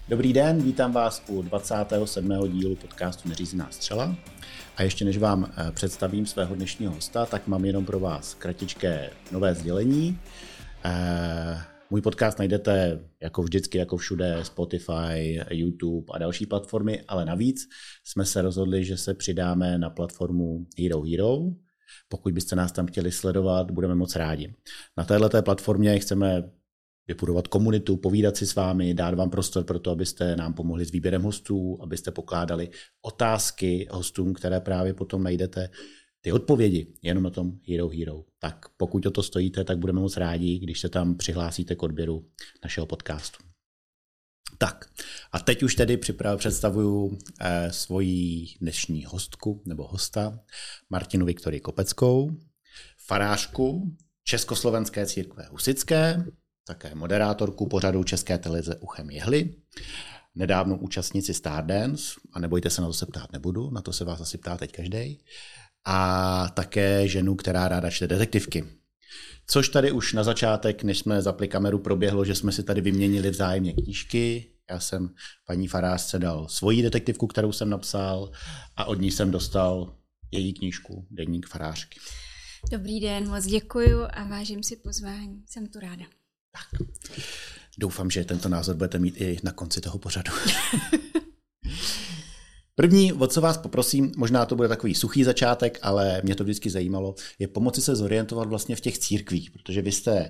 Dobrý den, vítám vás u 27. dílu podcastu Neřízená střela. A ještě než vám představím svého dnešního hosta, tak mám jenom pro vás kratičké nové sdělení. Můj podcast najdete jako vždycky, jako všude, Spotify, YouTube a další platformy, ale navíc jsme se rozhodli, že se přidáme na platformu Hero Hero. Pokud byste nás tam chtěli sledovat, budeme moc rádi. Na této platformě chceme vybudovat komunitu, povídat si s vámi, dát vám prostor pro to, abyste nám pomohli s výběrem hostů, abyste pokládali otázky hostům, které právě potom najdete ty odpovědi jenom na tom Hero Hero. Tak pokud o to stojíte, tak budeme moc rádi, když se tam přihlásíte k odběru našeho podcastu. Tak a teď už tedy představuju svoji dnešní hostku nebo hosta, Martinu Viktorii Kopeckou, farářku Československé církve husitské, také moderátorku pořadu České televize Uchem jehly, nedávnou účastnici Stardance, a nebojte se, na to se ptát nebudu, na to se vás asi ptá teď každej, a také ženu, která ráda čte detektivky. Což tady už na začátek, než jsme zapli kameru, proběhlo, že jsme si tady vyměnili vzájemně knížky. Já jsem paní farářce dal svoji detektivku, kterou jsem napsal, a od ní jsem dostal její knížku Deník farářky. Dobrý den, moc děkuju a vážím si pozvání. Jsem tu ráda. Tak. Doufám, že tento názor budete mít i na konci toho pořadu. První, o co vás poprosím, možná to bude takový suchý začátek, ale mě to vždycky zajímalo, je pomoci se zorientovat vlastně v těch církvích, protože vy jste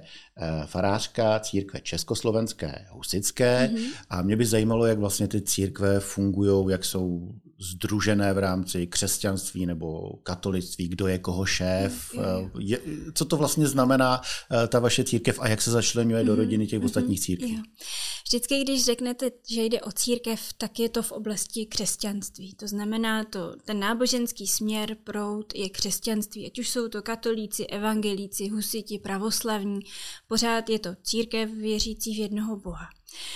farářka církve Československé husitské a mě by zajímalo, jak vlastně ty církve fungují, jak jsou sdružené v rámci křesťanství nebo katolictví, kdo je koho šéf, co to vlastně znamená ta vaše církev a jak se začleňuje do rodiny těch ostatních církví. Vždycky, když řeknete, že jde o církev, tak je to v oblasti křesťanství. To znamená, ten náboženský směr, proud je křesťanství, ať už jsou to katolíci, evangelíci, husiti, pravoslavní, pořád je to církev věřící v jednoho Boha.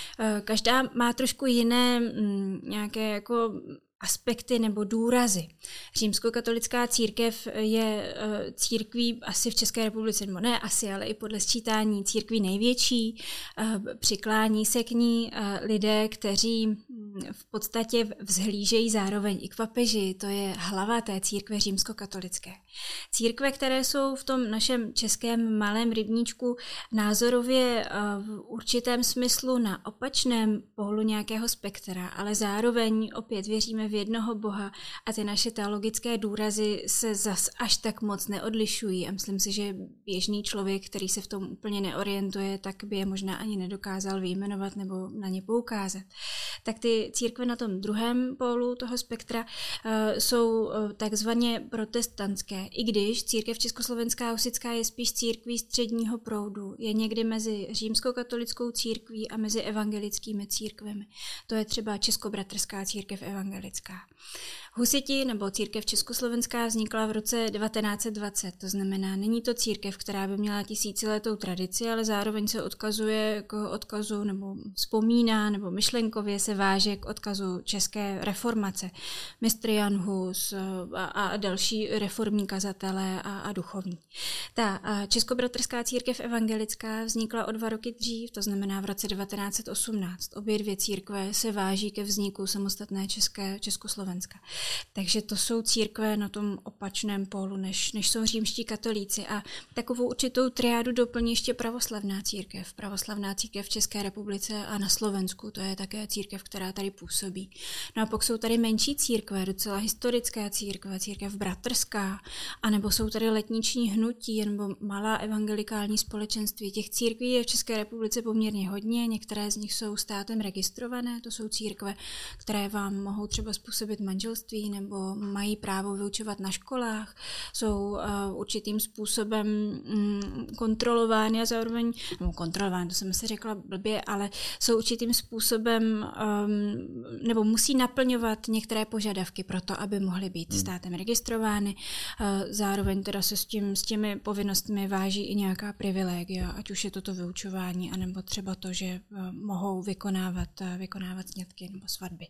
Každá má trošku jiné nějaké jako aspekty nebo důrazy. Římskokatolická církev je církví asi v České republice, nebo ne asi, ale i podle sčítání církví největší. Přiklání se k ní lidé, kteří v podstatě vzhlížejí zároveň i k papeži, to je hlava té církve římskokatolické. Církve, které jsou v tom našem českém malém rybníčku názorově v určitém smyslu na opačném pólu nějakého spektra, ale zároveň opět věříme v jednoho Boha a ty naše teologické důrazy se zas až tak moc neodlišují a myslím si, že běžný člověk, který se v tom úplně neorientuje, tak by je možná ani nedokázal vyjmenovat nebo na ně poukázat. Tak ty církve na tom druhém pólu toho spektra jsou takzvaně protestantské, i když církev československá husitská je spíš církví středního proudu, je někdy mezi římskokatolickou církví a mezi evangelickými církvemi. To je třeba Českobratrská církev evangelická. Husiti nebo církev československá vznikla v roce 1920, to znamená, není to církev, která by měla tisíciletou tradici, ale zároveň se odkazuje k odkazu nebo vzpomíná nebo myšlenkově se váže k odkazu české reformace. Mistr Jan Hus a další reformní kazatelé a duchovní. Ta Českobratrská církev evangelická vznikla o 2 roky dřív, to znamená v roce 1918. Obě dvě církve se váží ke vzniku samostatné Československa. Takže to jsou církve na tom opačném pólu, než jsou římští katolíci. A takovou určitou triádu doplní ještě pravoslavná církev. Pravoslavná církev v České republice a na Slovensku, to je také církev, která tady působí. No a pak jsou tady menší církve, docela historické církve, církev bratrská, anebo jsou tady letniční hnutí, nebo malá evangelikální společenství. Těch církví je v České republice poměrně hodně, některé z nich jsou státem registrované, to jsou církve, které vám mohou třeba způsobit manželství nebo mají právo vyučovat na školách, jsou určitým způsobem kontrolovány a zároveň, nebo kontrolovány, to jsem si řekla blbě, ale jsou určitým způsobem nebo musí naplňovat některé požadavky pro to, aby mohly být státem registrovány. Zároveň teda se s těmi povinnostmi váží i nějaká privilegia, ať už je to vyučování, anebo třeba to, že mohou vykonávat sňatky nebo svatby.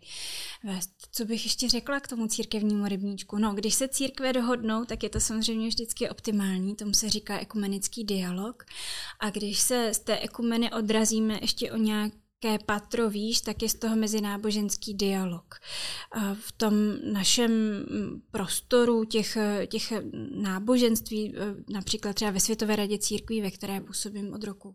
Co bych ještě řekla k tomu církevnímu rybníčku? No, když se církve dohodnou, tak je to samozřejmě vždycky optimální, tomu se říká ekumenický dialog. A když se z té ekumeny odrazíme ještě o patro výš, tak je z toho mezináboženský dialog. V tom našem prostoru těch náboženství, například třeba ve Světové radě církví, ve které působím od roku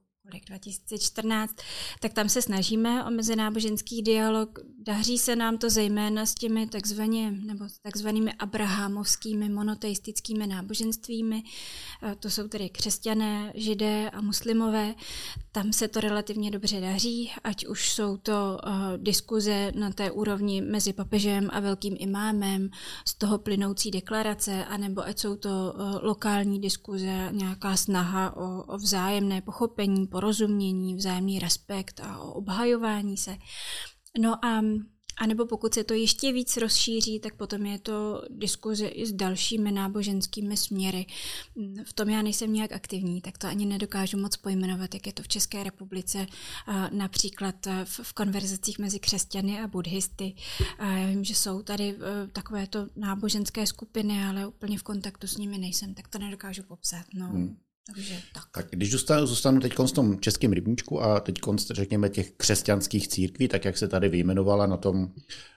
2014, tak tam se snažíme o mezináboženský dialog. Daří se nám to zejména s těmi takzvanými abrahamovskými monoteistickými náboženstvími. To jsou tedy křesťané, židé a muslimové. Tam se to relativně dobře daří, ať už jsou to diskuze na té úrovni mezi papežem a velkým imámem, z toho plynoucí deklarace, anebo ať jsou to lokální diskuze, nějaká snaha o vzájemné pochopení, porozumění, vzájemný respekt a o obhajování se. No a nebo pokud se to ještě víc rozšíří, tak potom je to diskuze i s dalšími náboženskými směry. V tom já nejsem nějak aktivní, tak to ani nedokážu moc pojmenovat, jak je to v České republice, například v konverzacích mezi křesťany a buddhisty. Já vím, že jsou tady takovéto náboženské skupiny, ale úplně v kontaktu s nimi nejsem, tak to nedokážu popsat. No. Takže tak když zůstanu teď v tom českém rybníčku a teď řekněme těch křesťanských církví, tak jak se tady vyjmenovala na tom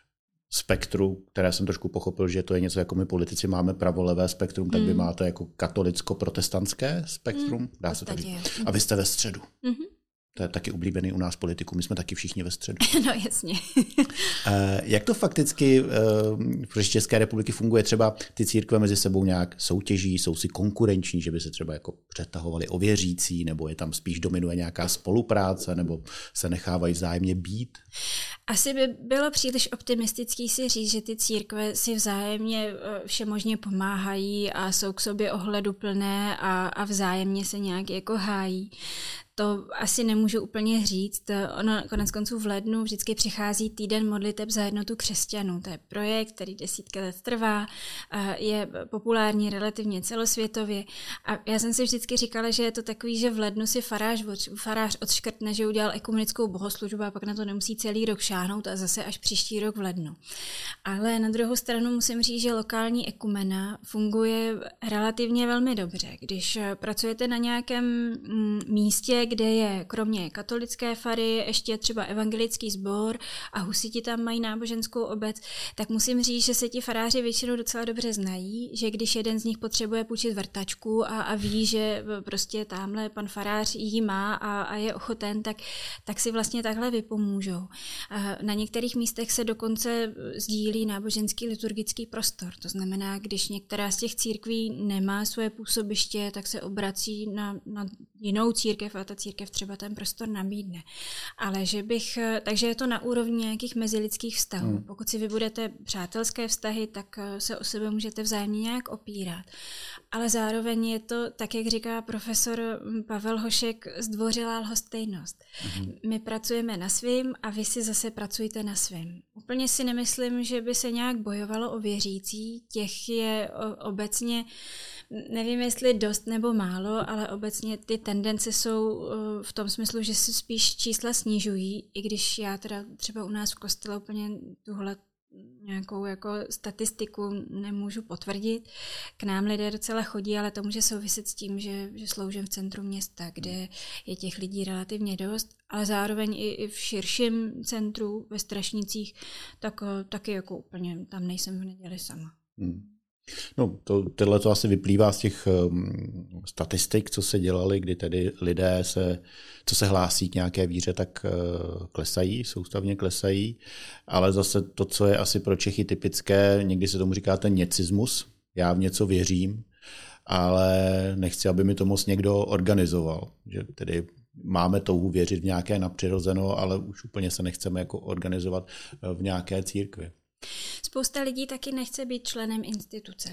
spektru, které jsem trošku pochopil, že to je něco jako my politici máme pravolevé spektrum, tak vy máte jako katolicko-protestantské spektrum. Dá se tady. A vy jste ve středu. To je taky oblíbený u nás politiků, my jsme taky všichni ve středu. No jasně. Jak to fakticky v České republiky funguje? Třeba ty církve mezi sebou nějak soutěží, jsou si konkurenční, že by se třeba jako přetahovali o věřící, nebo je tam spíš dominuje nějaká spolupráce, nebo se nechávají vzájemně být? Asi by bylo příliš optimistický si říct, že ty církve si vzájemně všemožně pomáhají a jsou k sobě ohleduplné a vzájemně se nějak jako hájí. To asi nemůžu úplně říct. Ono konec konců v lednu vždycky přichází týden modliteb za jednotu křesťanů. To je projekt, který 10 let trvá, je populární relativně celosvětově. A já jsem si vždycky říkala, že je to takový, že v lednu si farář odškrtne, že udělal ekumenickou bohoslužbu a pak na to nemusí celý rok šáhnout a zase až příští rok v lednu. Ale na druhou stranu musím říct, že lokální ekumena funguje relativně velmi dobře. Když pracujete na nějakém místě, kde je kromě katolické fary ještě třeba evangelický sbor a husiti tam mají náboženskou obec, tak musím říct, že se ti faráři většinou docela dobře znají, že když jeden z nich potřebuje půjčit vrtačku a ví, že prostě tamhle pan farář ji má a je ochoten, tak si vlastně takhle vypomůžou. Na některých místech se dokonce sdílí náboženský liturgický prostor. To znamená, když některá z těch církví nemá svoje působiště, tak se obrací na jinou církev a ta církev třeba ten prostor nabídne. Ale takže je to na úrovni nějakých mezilidských vztahů. Pokud si vybudete přátelské vztahy, tak se o sebe můžete vzájemně nějak opírat. Ale zároveň je to, tak jak říká profesor Pavel Hošek, zdvořilá lhostejnost. My pracujeme na svým a vy si zase pracujte na svým. Úplně si nemyslím, že by se nějak bojovalo o věřící, těch je obecně, nevím jestli dost nebo málo, ale obecně ty tendence jsou v tom smyslu, že se spíš čísla snižují, i když já teda třeba u nás v kostele úplně tuhle nějakou jako statistiku nemůžu potvrdit. K nám lidé docela chodí, ale to může souviset s tím, že sloužím v centru města, kde je těch lidí relativně dost, ale zároveň i v širším centru ve Strašnicích, tak taky jako úplně tam nejsem v neděli sama. No, tohle to asi vyplývá z těch statistik, co se dělaly, kdy tedy lidé co se hlásí k nějaké víře, tak klesají, soustavně klesají, ale zase to, co je asi pro Čechy typické, někdy se tomu říká ten něcismus, já v něco věřím, ale nechci, aby mi to moc někdo organizoval, že tedy máme touhu věřit v nějaké nadpřirozeno, ale už úplně se nechceme jako organizovat v nějaké církvi. Spousta lidí taky nechce být členem instituce.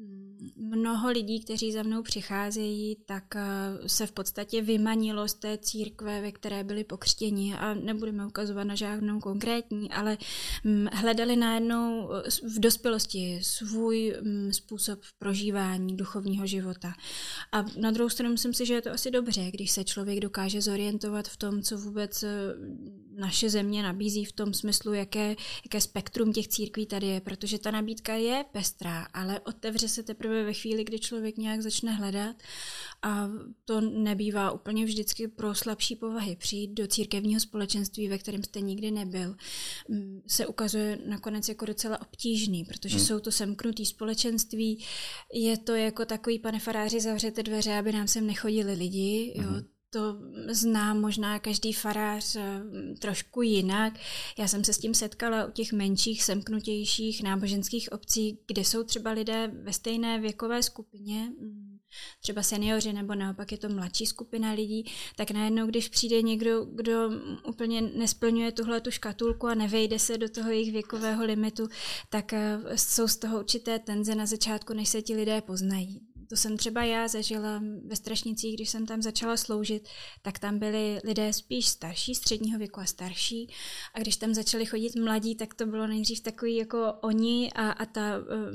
Mnoho lidí, kteří za mnou přicházejí, tak se v podstatě vymanilo z té církve, ve které byli pokřtěni, a nebudeme ukazovat na žádnou konkrétní, ale hledali najednou v dospělosti svůj způsob prožívání duchovního života. A na druhou stranu myslím si, že je to asi dobře, když se člověk dokáže zorientovat v tom, co vůbec naše země nabízí v tom smyslu, jaké spektrum těch církví tady je, protože ta nabídka je pestrá, ale otevře se teprve ve chvíli, kdy člověk nějak začne hledat a to nebývá úplně vždycky pro slabší povahy. Přijít do církevního společenství, ve kterém jste nikdy nebyl, se ukazuje nakonec jako docela obtížný, protože jsou to semknutý společenství, je to jako takový, pane faráři, zavřete dveře, aby nám sem nechodili lidi, jo. To zná možná každý farář trošku jinak. Já jsem se s tím setkala u těch menších, semknutějších náboženských obcí, kde jsou třeba lidé ve stejné věkové skupině, třeba seniori nebo naopak je to mladší skupina lidí, tak najednou, když přijde někdo, kdo úplně nesplňuje tu škatulku a nevejde se do toho jejich věkového limitu, tak jsou z toho určité tenze na začátku, než se ti lidé poznají. To jsem třeba já zažila ve Strašnicích, když jsem tam začala sloužit, tak tam byli lidé spíš starší, středního věku a starší. A když tam začali chodit mladí, tak to bylo nejdřív takový jako oni a ta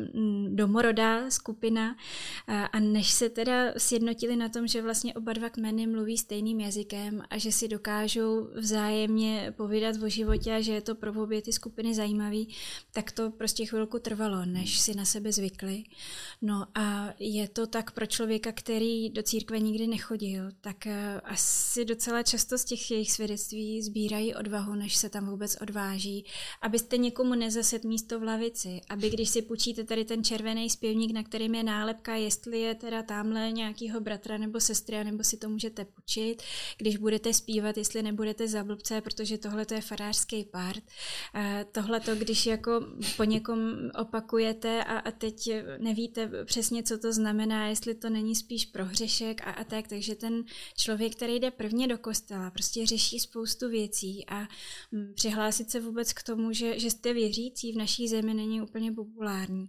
domorodá skupina. A než se teda sjednotili na tom, že vlastně oba dva kmeny mluví stejným jazykem a že si dokážou vzájemně povídat o životě a že je to pro obě ty skupiny zajímavý, tak to prostě chvilku trvalo, než si na sebe zvykli. No a je to tak pro člověka, který do církve nikdy nechodil, tak asi docela často z těch jejich svědectví sbírají odvahu, než se tam vůbec odváží, abyste někomu nezasedl místo v lavici, aby když si půjčíte tady ten červený zpěvník, na kterým je nálepka, jestli je teda tamhle nějakýho bratra nebo sestry, nebo si to můžete půjčit, když budete zpívat, jestli nebudete za blbce, protože tohle to je farářský part. Tohle to, když jako po někom opakujete a teď nevíte přesně, co to znamená, jestli to není spíš prohřešek a tak, takže ten člověk, který jde prvně do kostela, prostě řeší spoustu věcí a přihlásit se vůbec k tomu, že jste věřící v naší zemi není úplně populární.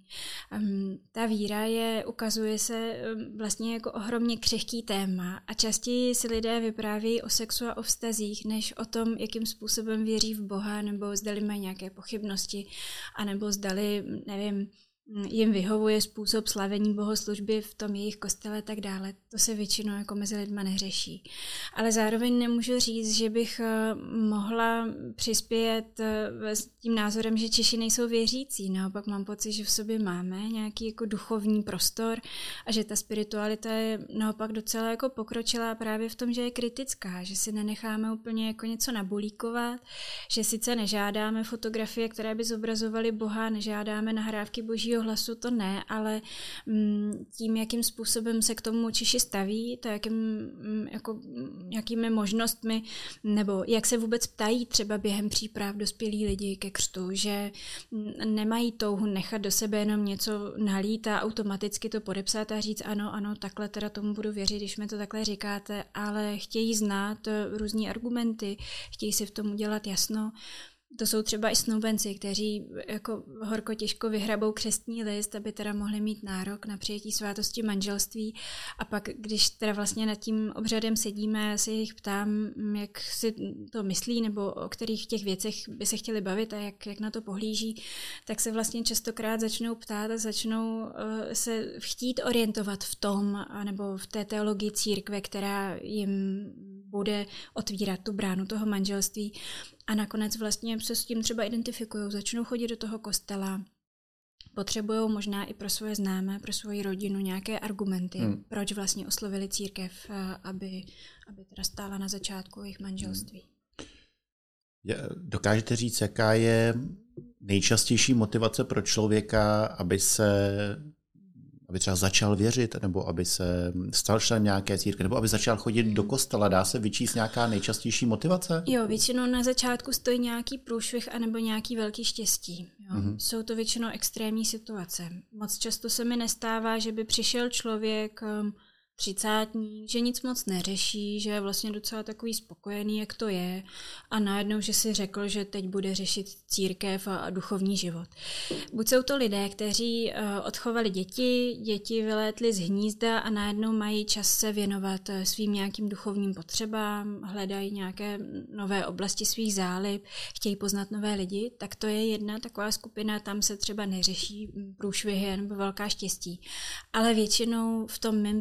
Ta víra ukazuje se vlastně jako ohromně křehký téma a častěji si lidé vyprávějí o sexu a o vztazích, než o tom, jakým způsobem věří v Boha, nebo zdali mají nějaké pochybnosti, anebo zdali, nevím, jim vyhovuje způsob slavení bohoslužby v tom jejich kostele a tak dále. To se většinou jako mezi lidma neřeší. Ale zároveň nemůžu říct, že bych mohla přispět s tím názorem, že Češi nejsou věřící. Naopak mám pocit, že v sobě máme nějaký jako duchovní prostor a že ta spiritualita je naopak docela jako pokročilá právě v tom, že je kritická, že si nenecháme úplně jako něco nabulíkovat, že sice nežádáme fotografie, které by zobrazovaly Boha, nežádáme nahrávky Božího hlasu, to ne, ale tím, jakým způsobem se k tomu Češi staví, to jakými možnostmi, nebo jak se vůbec ptají třeba během příprav dospělí lidi ke křtu, že nemají touhu nechat do sebe jenom něco nalít a automaticky to podepsat a říct ano, takhle teda tomu budu věřit, když mi to takhle říkáte, ale chtějí znát různý argumenty, chtějí si v tom udělat jasno. To jsou třeba i snoubenci, kteří jako horko těžko vyhrabou křestní list, aby teda mohli mít nárok na přijetí svátosti manželství. A pak, když teda vlastně nad tím obřadem sedíme, já se jich ptám, jak si to myslí, nebo o kterých těch věcech by se chtěli bavit a jak na to pohlíží, tak se vlastně častokrát začnou ptát a začnou se chtít orientovat v tom, nebo v té teologii církve, která jim bude otvírat tu bránu toho manželství. A nakonec vlastně se s tím třeba identifikují, začnou chodit do toho kostela, potřebují možná i pro svoje známé, pro svoji rodinu nějaké argumenty, proč vlastně oslovili církev, aby teda stála na začátku jejich manželství. Dokážete říct, jaká je nejčastější motivace pro člověka, aby třeba začal věřit, nebo aby se stal členem nějaké církve, nebo aby začal chodit do kostela? Dá se vyčíst nějaká nejčastější motivace? Jo, většinou na začátku stojí nějaký průšvih anebo nějaký velký štěstí. Jo. Jsou to většinou extrémní situace. Moc často se mi nestává, že by přišel člověk třicátník, že nic moc neřeší, že je vlastně docela takový spokojený, jak to je, a najednou, že si řekl, že teď bude řešit církev a duchovní život. Buď jsou to lidé, kteří odchovali děti vylétly z hnízda a najednou mají čas se věnovat svým nějakým duchovním potřebám, hledají nějaké nové oblasti svých zálib, chtějí poznat nové lidi, tak to je jedna taková skupina, tam se třeba neřeší průšvihy nebo velká štěstí. Ale většinou v tom mém případě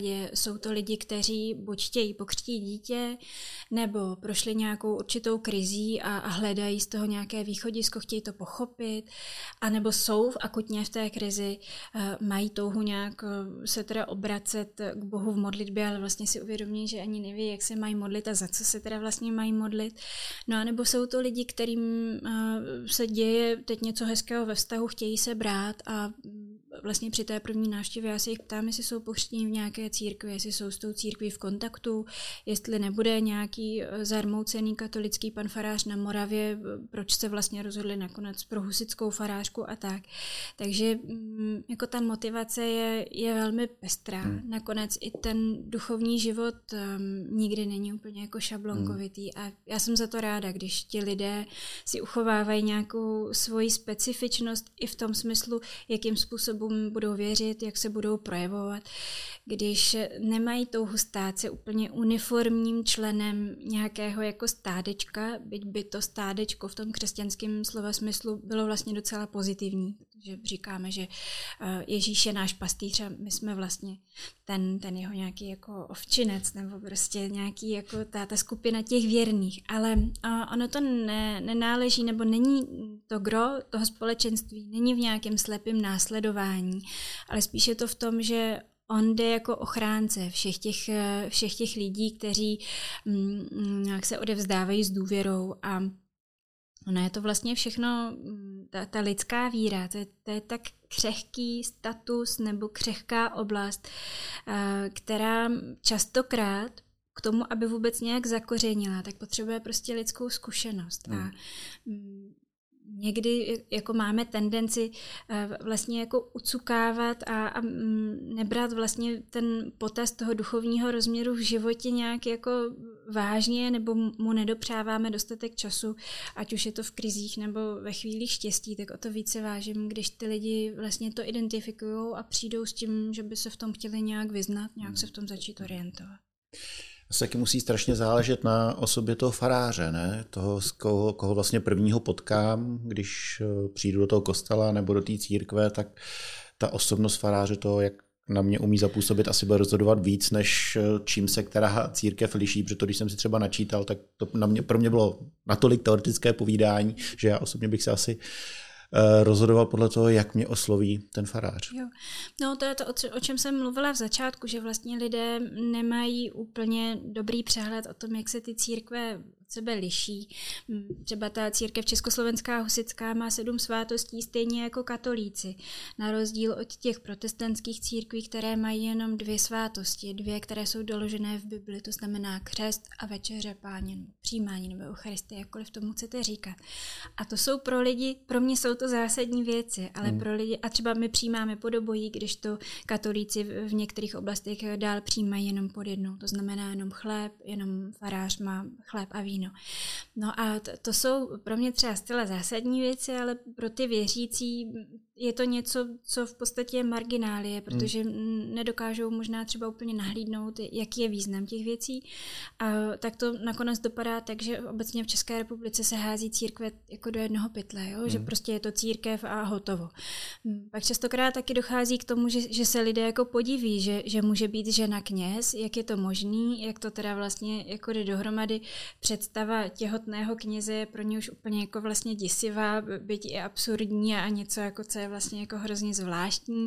případě jsou to lidi, kteří buď chtějí pokřtít dítě, nebo prošli nějakou určitou krizí a hledají z toho nějaké východisko, chtějí to pochopit, anebo jsou akutně v té krizi, mají touhu nějak se teda obracet k Bohu v modlitbě, ale vlastně si uvědomí, že ani neví, jak se mají modlit a za co se teda vlastně mají modlit. No a nebo jsou to lidi, kterým se děje teď něco hezkého ve vztahu, chtějí se brát a vlastně při té první návštěvě já se jich ptám, jestli jsou pokřtění v nějaké církvi, jestli jsou s tou církví v kontaktu, jestli nebude nějaký zarmoucený katolický pan farář na Moravě, proč se vlastně rozhodli nakonec pro husitskou farářku a tak. Takže jako ta motivace je velmi pestrá. Nakonec i ten duchovní život nikdy není úplně jako šablonkovitý a já jsem za to ráda, když ti lidé si uchovávají nějakou svoji specifičnost i v tom smyslu, jakým způsobem budou věřit, jak se budou projevovat, když nemají touhu stát se úplně uniformním členem nějakého jako stádečka, byť by to stádečko v tom křesťanském slova smyslu bylo vlastně docela pozitivní, protože říkáme, že Ježíš je náš pastýř a my jsme vlastně ten jeho nějaký jako ovčinec nebo prostě nějaký jako ta skupina těch věrných, ale ono to nenáleží nebo není to gro toho společenství, není v nějakém slepém následování, ale spíš je to v tom, že on jde jako ochránce všech těch lidí, kteří nějak se odevzdávají s důvěrou a ono je to vlastně všechno, ta lidská víra, to je tak křehký status nebo křehká oblast, která častokrát k tomu, aby vůbec nějak zakořenila, tak potřebuje prostě lidskou zkušenost. A někdy jako máme tendenci vlastně jako ucukávat a nebrat vlastně ten potaz toho duchovního rozměru v životě nějak jako vážně nebo mu nedopřáváme dostatek času, ať už je to v krizích nebo ve chvílích štěstí, tak o to více vážím, když ty lidi vlastně to identifikují a přijdou s tím, že by se v tom chtěli nějak vyznat, nějak se v tom začít orientovat. To taky musí strašně záležet na osobě toho faráře, ne? Toho, koho vlastně prvního potkám, když přijdu do toho kostela nebo do té církve, tak ta osobnost faráře to, jak na mě umí zapůsobit, asi bude rozhodovat víc, než čím se která církev liší, protože když jsem si třeba načítal, tak to pro mě bylo natolik teoretické povídání, že já osobně bych se asi rozhodoval podle toho, jak mě osloví ten farář. Jo. No to je to, o čem jsem mluvila v začátku, že vlastně lidé nemají úplně dobrý přehled o tom, jak se ty církve od sebe liší. Třeba ta církev československá husitská má 7 svátostí stejně jako katolíci. Na rozdíl od těch protestantských církví, které mají jenom 2 svátosti, 2, které jsou doložené v Bibli, to znamená křest a večeře Páně, přijímání nebo Eucharistie, jakkoliv tomu chcete říkat. A to jsou pro lidi, pro mě jsou to zásadní věci, ale pro lidi, a třeba my přijímáme pod obojí, když to katolíci v některých oblastech dál přijímají jenom pod jednou, to znamená jenom chléb, jenom farář má chléb a víno. No a to jsou pro mě třeba zcela zásadní věci, ale pro ty věřící je to něco, co v podstatě je marginálie, protože nedokážou možná třeba úplně nahlídnout, jaký je význam těch věcí. A tak to nakonec dopadá tak, že obecně v České republice se hází církve jako do jednoho pytle, jo? Že prostě je to církev a hotovo. Pak častokrát taky dochází k tomu, že se lidé jako podiví, že může být žena kněz, jak je to možný, jak to teda vlastně jako jde dohromady. Představa těhotného kněze je pro ně už úplně jako vlastně děsivá, byť i absurdní a něco jako co je vlastně jako hrozně zvláštní.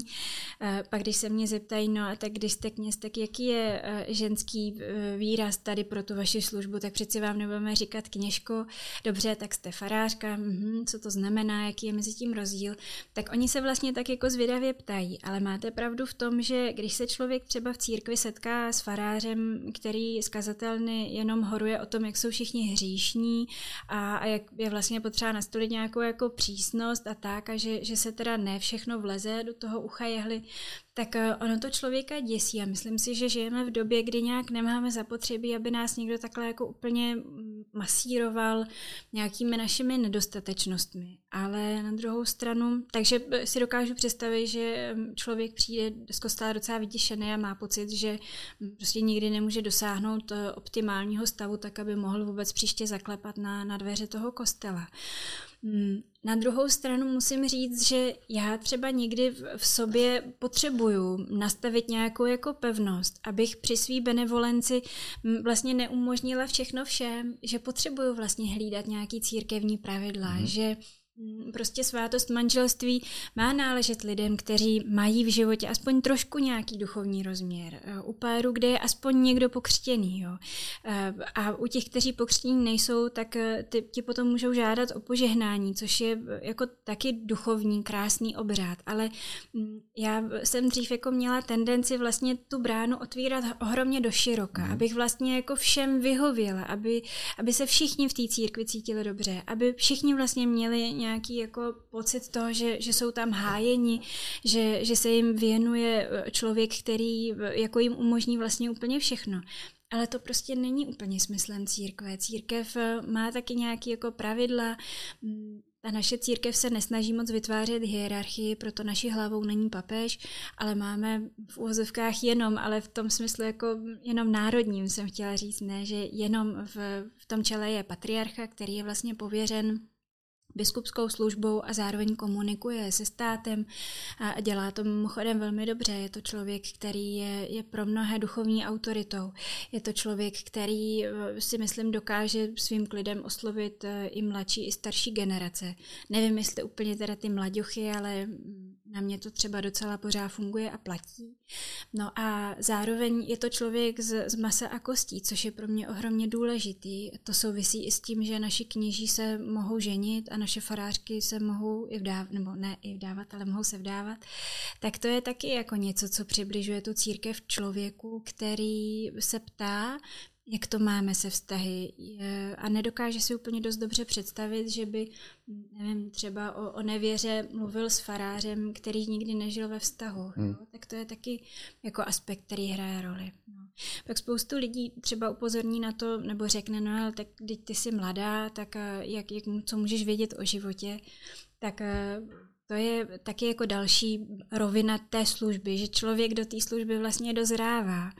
Pak když se mě zeptají, no a tak když jste kněz, tak jaký je ženský výraz tady pro tu vaši službu, tak přeci vám nebudeme říkat kněžko, dobře, tak jste farářka, co to znamená, jaký je mezi tím rozdíl, tak oni se vlastně tak jako zvědavě ptají, ale máte pravdu v tom, že když se člověk třeba v církvi setká s farářem, který z kazatelny jenom horuje o tom, jak jsou všichni hříšní a jak je vlastně potřeba nastolit nějakou jako přísnost a tak, a že se teda ne všechno vleze do toho ucha jehly, tak ono to člověka děsí a myslím si, že žijeme v době, kdy nějak nemáme zapotřebí, aby nás někdo takhle jako úplně masíroval nějakými našimi nedostatečnostmi. Ale na druhou stranu, takže si dokážu představit, že člověk přijde z kostela docela vyděšený a má pocit, že prostě nikdy nemůže dosáhnout optimálního stavu, tak aby mohl vůbec příště zaklepat na dveře toho kostela. Na druhou stranu musím říct, že já třeba někdy v sobě potřebuju nastavit nějakou jako pevnost, abych při svý benevolenci vlastně neumožnila všechno všem, že potřebuju vlastně hlídat nějaký církevní pravidla, že prostě svátost manželství má náležet lidem, kteří mají v životě aspoň trošku nějaký duchovní rozměr. U páru, kde je aspoň někdo pokřtěný. Jo. A u těch, kteří pokřtění nejsou, tak ti potom můžou žádat o požehnání, což je jako taky duchovní, krásný obřád. Ale já jsem dřív jako měla tendenci vlastně tu bránu otvírat ohromně doširoka, abych vlastně jako všem vyhověla, aby se všichni v té církvi cítili dobře, aby všichni vlastně měli nějaký jako pocit toho, že jsou tam hájeni, že se jim věnuje člověk, který jako jim umožní vlastně úplně všechno. Ale to prostě není úplně smyslem církve. Církev má taky nějaké jako pravidla. Ta naše církev se nesnaží moc vytvářet hierarchii, proto naší hlavou není papež, ale máme v uvozovkách jenom, ale v tom smyslu jako jenom národním jsem chtěla říct, ne, že jenom v tom čele je patriarcha, který je vlastně pověřen biskupskou službou a zároveň komunikuje se státem a dělá to mimochodem velmi dobře. Je to člověk, který je pro mnohé duchovní autoritou. Je to člověk, který si myslím dokáže svým klidem oslovit i mladší, i starší generace. Nevím, jestli úplně teda ty mlaďochy, ale na mě to třeba docela pořád funguje a platí. No a zároveň je to člověk z masa a kostí, což je pro mě ohromně důležitý. To souvisí i s tím, že naši kněží se mohou ženit a naše farářky se mohou i vdávat, nebo ne i vdávat, ale mohou se vdávat. Tak to je taky jako něco, co přibližuje tu církev člověku, který se ptá, jak to máme se vztahy a nedokáže si úplně dost dobře představit, že by, nevím, třeba o nevěře mluvil s farářem, který nikdy nežil ve vztahu. Jo? Tak to je taky jako aspekt, který hraje roli. No. Pak spoustu lidí třeba upozorní na to, nebo řekne, no ale tak když ty jsi mladá, tak co můžeš vědět o životě, tak to je taky jako další rovina té služby, že člověk do té služby vlastně dozrává,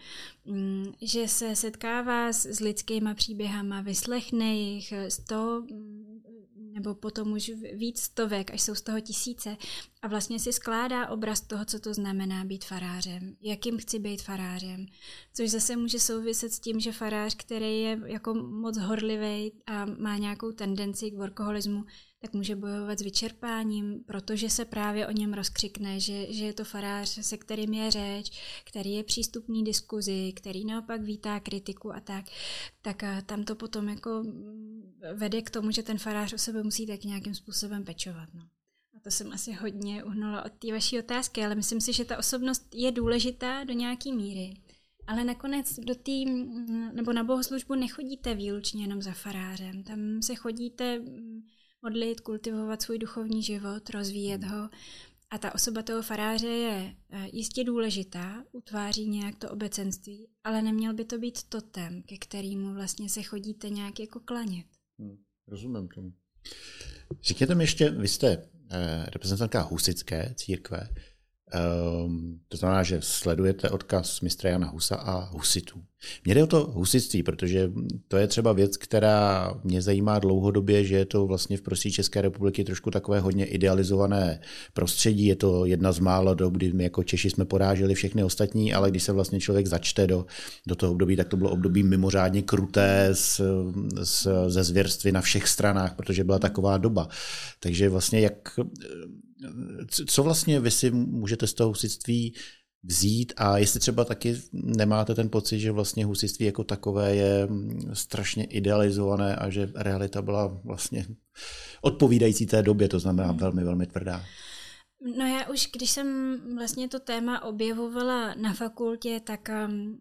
že se setkává s lidskýma příběhama, vyslechne jich 100 nebo potom už víc stovek, až jsou z toho tisíce a vlastně si skládá obraz toho, co to znamená být farářem, jakým chci být farářem, což zase může souviset s tím, že farář, který je jako moc horlivý a má nějakou tendenci k workoholismu, tak může bojovat s vyčerpáním, protože se právě o něm rozkřikne, že je to farář, se kterým je řeč, který je přístupný diskuzi, který naopak vítá kritiku a tak tam to potom jako vede k tomu, že ten farář o sebe musí tak nějakým způsobem pečovat. No. A to jsem asi hodně uhnula od té vaší otázky, ale myslím si, že ta osobnost je důležitá do nějaký míry. Ale nakonec nebo na bohoslužbu nechodíte výlučně jenom za farářem. Tam se chodíte modlit, kultivovat svůj duchovní život, rozvíjet ho. A ta osoba toho faráře je jistě důležitá, utváří nějak to obecenství, ale neměl by to být totem, ke kterému vlastně se chodíte nějak jako klanět. Rozumím tomu. Řekněte mi ještě, vy jste reprezentantka husitské církve, to znamená, že sledujete odkaz mistra Jana Husa a husitů. Mě jde o to husitství, protože to je třeba věc, která mě zajímá dlouhodobě, že je to vlastně v prostředí České republiky trošku takové hodně idealizované prostředí. Je to jedna z mála dob, kdy my jako Češi jsme poráželi všechny ostatní, ale když se vlastně člověk začte do toho období, tak to bylo období mimořádně kruté ze zvěrství na všech stranách, protože byla taková doba. Takže vlastně co vlastně vy si můžete z toho husitství vzít a jestli třeba taky nemáte ten pocit, že vlastně husitství jako takové je strašně idealizované a že realita byla vlastně odpovídající té době, to znamená velmi, velmi tvrdá. No já už, když jsem vlastně to téma objevovala na fakultě, tak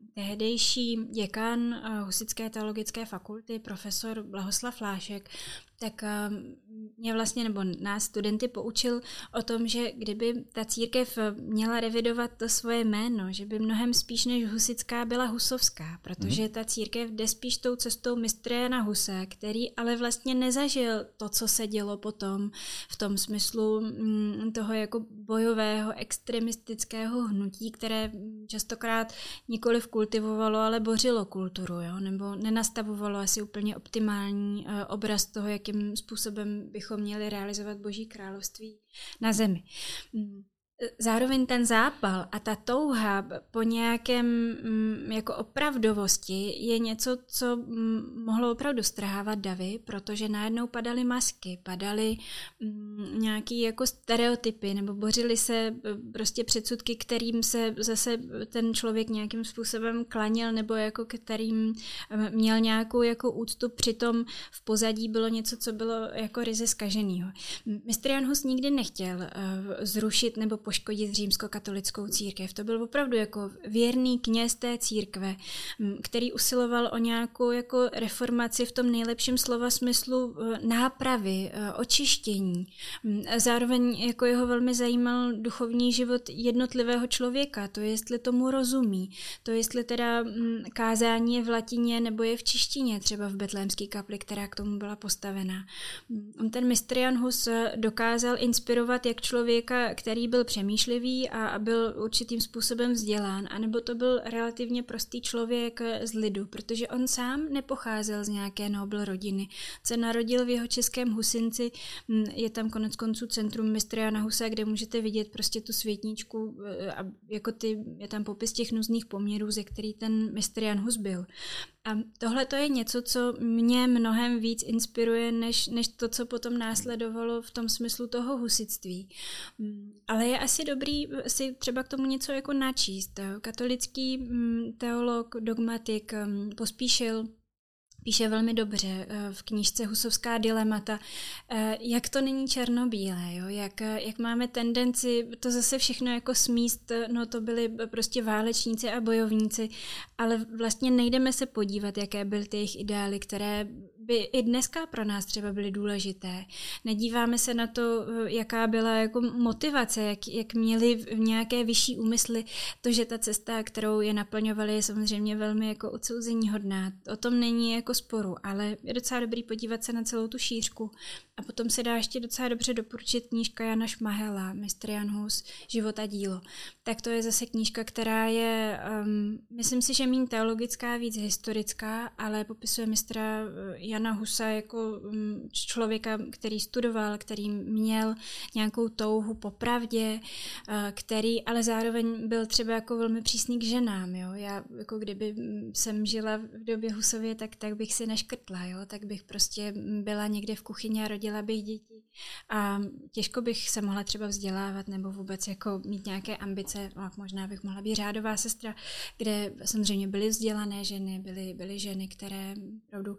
tehdejší děkan Husitské teologické fakulty, profesor Blahoslav Lášek, tak mě vlastně, nebo nás studenty poučil o tom, že kdyby ta církev měla revidovat to svoje jméno, že by mnohem spíš než husitská byla husovská, protože ta církev jde spíš tou cestou mistra Jana Husa, který ale vlastně nezažil to, co se dělo potom v tom smyslu toho jako bojového, extremistického hnutí, které častokrát nikoliv kultivovalo, ale bořilo kulturu, jo? Nebo nenastavovalo asi úplně optimální obraz toho, jakým způsobem bychom měli realizovat Boží království na zemi. Zároveň ten zápal a ta touha po nějakém jako opravdovosti je něco, co mohlo opravdu strhávat davy, protože najednou padaly masky, padaly nějaký jako stereotypy nebo bořily se prostě předsudky, kterým se zase ten člověk nějakým způsobem klanil nebo jako kterým měl nějakou jako úctu, přitom v pozadí bylo něco, co bylo jako ryze zkaženého. Mistr Jan Hus nikdy nechtěl zrušit nebo poškodit římskokatolickou církev. To byl opravdu jako věrný kněz té církve, který usiloval o nějakou jako reformaci v tom nejlepším slova smyslu nápravy, očištění. Zároveň jako jeho velmi zajímal duchovní život jednotlivého člověka, to jestli tomu rozumí, to jestli teda kázání je v latině nebo je v češtině, třeba v betlémské kapli, která k tomu byla postavená. Ten mistr Jan Hus dokázal inspirovat jak člověka, který byl přemýšlivý a byl určitým způsobem vzdělán, anebo to byl relativně prostý člověk z lidu, protože on sám nepocházel z nějaké nobl rodiny. Se narodil v jeho českém Husinci, je tam koneckonců centrum mistra Jana Husa, kde můžete vidět prostě tu světničku a jako je tam popis těch nuzných poměrů, ze který ten mistr Jan Hus byl. A tohle to je něco, co mě mnohem víc inspiruje, než to, co potom následovalo v tom smyslu toho husitství. Ale je asi dobrý si třeba k tomu něco jako načíst. Katolický teolog, dogmatik Pospíšil píše velmi dobře v knížce Husovská dilemata, jak to není černobílé, jo? Jak máme tendenci to zase všechno jako smíst, no to byli prostě válečníci a bojovníci, ale vlastně nejdeme se podívat, jaké byly ty jejich ideály, které by i dneska pro nás třeba byly důležité. Nedíváme se na to, jaká byla jako motivace, jak měli v nějaké vyšší úmysly, to, že ta cesta, kterou je naplňovali, je samozřejmě velmi jako odsouzeníhodná. O tom není jako sporu, ale je docela dobrý podívat se na celou tu šířku. A potom se dá ještě docela dobře doporučit knížka Jana Šmahela, mistr Jan Hus, Život a dílo. Tak to je zase knížka, která je, myslím si, že méně teologická, víc historická, ale popisuje mistra Jana Husa jako člověka, který studoval, který měl nějakou touhu po pravdě, který ale zároveň byl třeba jako velmi přísný k ženám. Jo? Já jako kdyby jsem žila v době Husově, tak bych si neškrtla, jo? Tak bych prostě byla někde v kuchyni a rodila bych děti a těžko bych se mohla třeba vzdělávat nebo vůbec jako mít nějaké ambice, možná bych mohla být řádová sestra, kde samozřejmě byly vzdělané ženy, byly ženy, které opravdu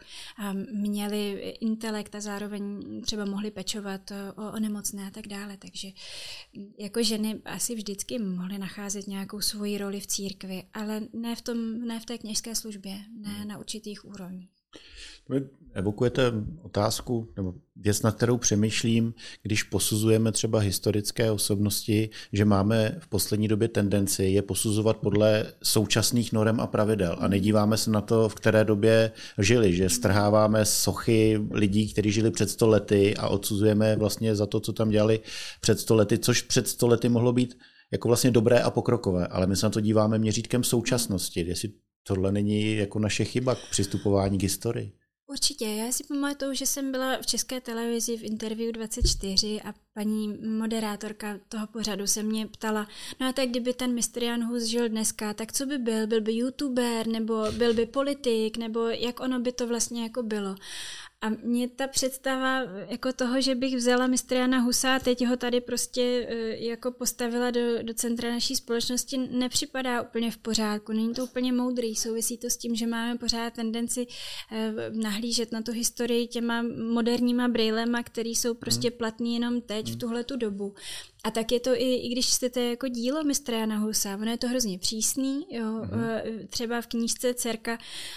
měly intelekt a zároveň třeba mohly pečovat o nemocné a tak dále, takže jako ženy asi vždycky mohly nacházet nějakou svoji roli v církvi, ale ne v té kněžské službě, ne na určitých úrovních. Vy evokujete otázku, nebo věc, nad kterou přemýšlím, když posuzujeme třeba historické osobnosti, že máme v poslední době tendenci je posuzovat podle současných norem a pravidel a nedíváme se na to, v které době žili, že strháváme sochy lidí, kteří žili před 100 lety a odsuzujeme vlastně za to, co tam dělali před 100 lety, což před 100 lety mohlo být jako vlastně dobré a pokrokové, ale my se na to díváme měřítkem současnosti, jestli tohle není jako naše chyba k přistupování k historii. Určitě. Já si pamatuju, že jsem byla v České televizi v Interview 24 a paní moderátorka toho pořadu se mě ptala, no a tak kdyby ten mistr Jan Hus žil dneska, tak co by byl? Byl by youtuber, nebo byl by politik, nebo jak ono by to vlastně jako bylo? A mě ta představa jako toho, že bych vzala mistra Jana Husa a teď ho tady prostě jako postavila do centra naší společnosti, nepřipadá úplně v pořádku. Není to úplně moudrý. Souvisí to s tím, že máme pořád tendenci nahlížet na tu historii těma moderníma brejlema, který jsou prostě platný jenom teď v tuhletu dobu. A tak je to i když čtete jako dílo mistra Jana Husa, ono je to hrozně přísný, jo. Třeba v knížce Dcerka,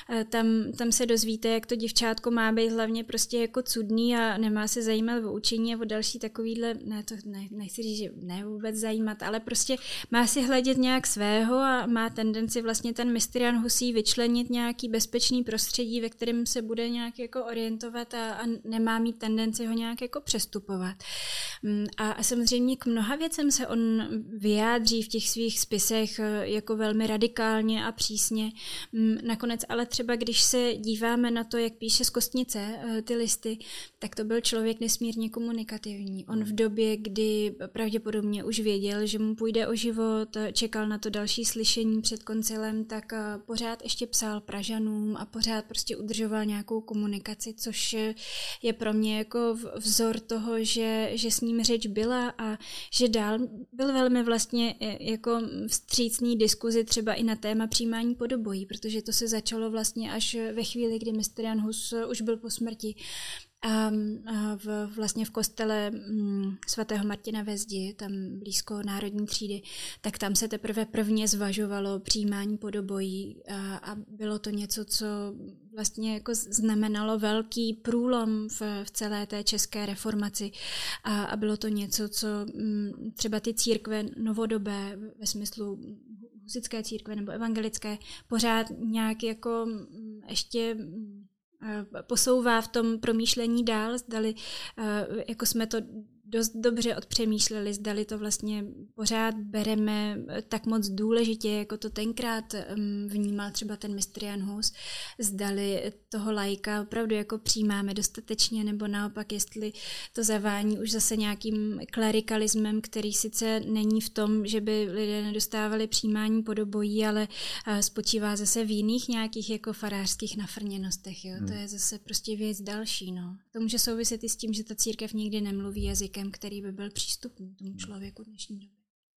tam se dozvíte, jak to děvčátko má být hlavně prostě jako cudný a nemá se zajímat o učení a o další takovýhle, nechci říct, že ne vůbec zajímat, ale prostě má si hledět nějak svého a má tendenci vlastně ten mistr Jan Husí vyčlenit nějaký bezpečný prostředí, ve kterém se bude nějak jako orientovat a nemá mít tendenci ho nějak jako přestupovat. A samozřejmě k mnoha věcem se on vyjádří v těch svých spisech jako velmi radikálně a přísně. Nakonec ale třeba, když se díváme na to, jak píše z Kostnice ty listy, tak to byl člověk nesmírně komunikativní. On v době, kdy pravděpodobně už věděl, že mu půjde o život, čekal na to další slyšení před koncilem, tak pořád ještě psal Pražanům a pořád prostě udržoval nějakou komunikaci, což je pro mě jako vzor toho, že s ním řeč byla a že dál byl velmi vlastně jako vstřícný diskuzi třeba i na téma přijímání podobojí, protože to se začalo vlastně až ve chvíli, kdy mistr Jan Hus už byl po smrti. A vlastně v kostele svatého Martina ve Zdi, tam blízko Národní třídy, tak tam se teprve prvně zvažovalo přijímání podobojí a bylo to něco, co vlastně jako znamenalo velký průlom v celé té české reformaci a bylo to něco, co třeba ty církve novodobé ve smyslu husitské církve nebo evangelické pořád nějak jako ještě posouvá v tom promýšlení dál, zdali jako jsme to dost dobře odpřemýšleli, zdali to vlastně pořád bereme tak moc důležitě, jako to tenkrát vnímal třeba ten mistr Jan Hus, zdali toho laika opravdu jako přijímáme dostatečně, nebo naopak, jestli to zavání už zase nějakým klerikalismem, který sice není v tom, že by lidé nedostávali přijímání podobojí, ale spočívá zase v jiných nějakých jako farářských nafrněnostech. Jo? To je zase prostě věc další. No. To může souviset i s tím, že ta církev nikdy nemluví jazykem, který by byl přístupný tomu člověku dnešní doby.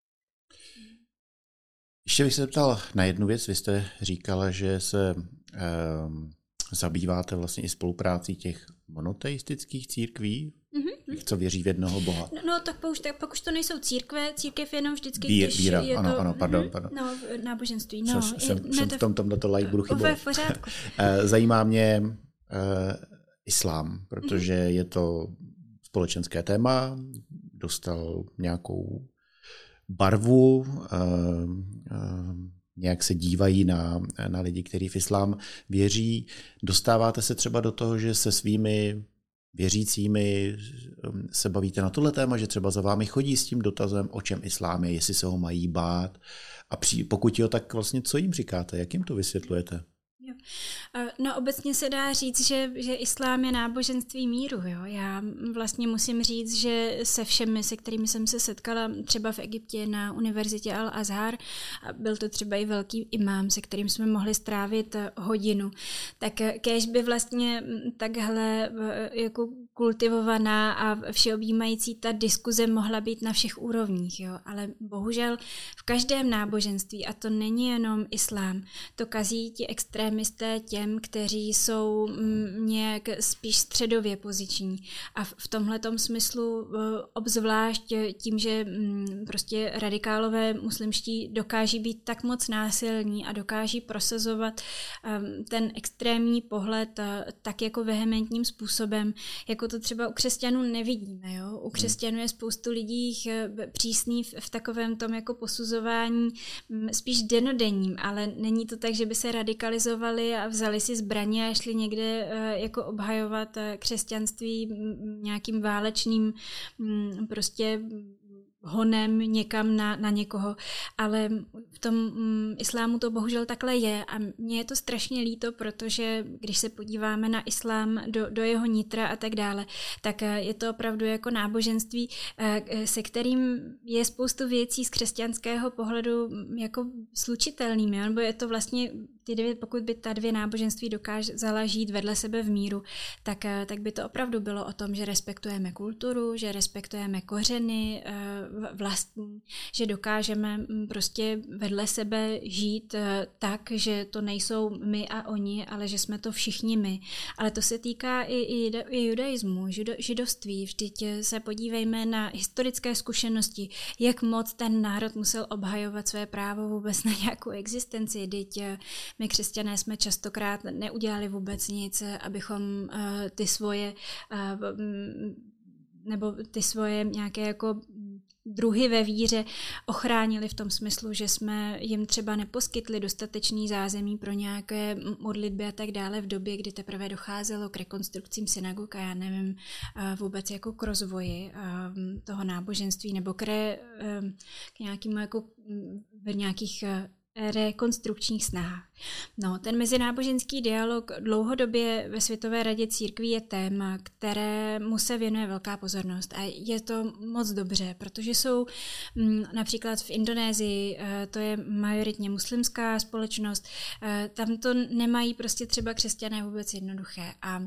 Ještě bych se zeptal na jednu věc. Vy jste říkala, že se zabýváte vlastně i spoluprácí těch monoteistických církví, co věří v jednoho Boha. No tak pak už to nejsou církve, církev je jenom vždycky víra, je ano, pardon. No, náboženství. No, jsem v tomto like budu chybovat. V pořádku. Zajímá mě islám, protože je to společenské téma, dostal nějakou barvu, nějak se dívají na lidi, kteří v islám věří. Dostáváte se třeba do toho, že se svými věřícími se bavíte na tohle téma, že třeba za vámi chodí s tím dotazem, o čem islám je, jestli se ho mají bát. A pokud jo, tak vlastně co jim říkáte, jak jim to vysvětlujete? No obecně se dá říct, že islám je náboženství míru. Jo? Já vlastně musím říct, že se všemi, se kterými jsem se setkala třeba v Egyptě na univerzitě Al-Azhar, a byl to třeba i velký imám, se kterým jsme mohli strávit hodinu, tak kéž by vlastně takhle jako kultivovaná a všeobjímající ta diskuze mohla být na všech úrovních. Jo? Ale bohužel v každém náboženství, a to není jenom islám, to kazí ti extrémisté těm, kteří jsou nějak spíš středově poziční. A v tomhletom smyslu obzvlášť tím, že prostě radikálové muslimští dokáží být tak moc násilní a dokáží prosazovat ten extrémní pohled tak jako vehementním způsobem, jako to třeba u křesťanů nevidíme. Jo? U křesťanů je spoustu lidí přísný v takovém tom jako posuzování spíš denodenním, ale není to tak, že by se radikalizovali a vzali si zbraně a šli někde jako obhajovat křesťanství nějakým válečným prostě honem někam na někoho, ale v tom islámu to bohužel takhle je a mně je to strašně líto, protože když se podíváme na islám do jeho nitra a tak dále, tak je to opravdu jako náboženství, se kterým je spoustu věcí z křesťanského pohledu jako slučitelnými, nebo je to vlastně pokud by ta dvě náboženství dokázala žít vedle sebe v míru, tak by to opravdu bylo o tom, že respektujeme kulturu, že respektujeme kořeny vlastní, že dokážeme prostě vedle sebe žít tak, že to nejsou my a oni, ale že jsme to všichni my. Ale to se týká i judaismu, židovství. Vždyť se podívejme na historické zkušenosti, jak moc ten národ musel obhajovat své právo vůbec na nějakou existenci. Vždyť my křesťané jsme častokrát neudělali vůbec nic, abychom ty svoje nějaké jako druhy ve víře ochránili v tom smyslu, že jsme jim třeba neposkytli dostatečný zázemí pro nějaké modlitby a tak dále v době, kdy teprve docházelo k rekonstrukcím synagog a já nevím vůbec jako k rozvoji toho náboženství nebo k nějakému jako v nějakých rekonstrukčních snahách. No, ten mezináboženský dialog dlouhodobě ve Světové radě církví je téma, kterému se věnuje velká pozornost a je to moc dobře, protože jsou například v Indonésii, to je majoritně muslimská společnost, tam to nemají prostě třeba křesťané vůbec jednoduché a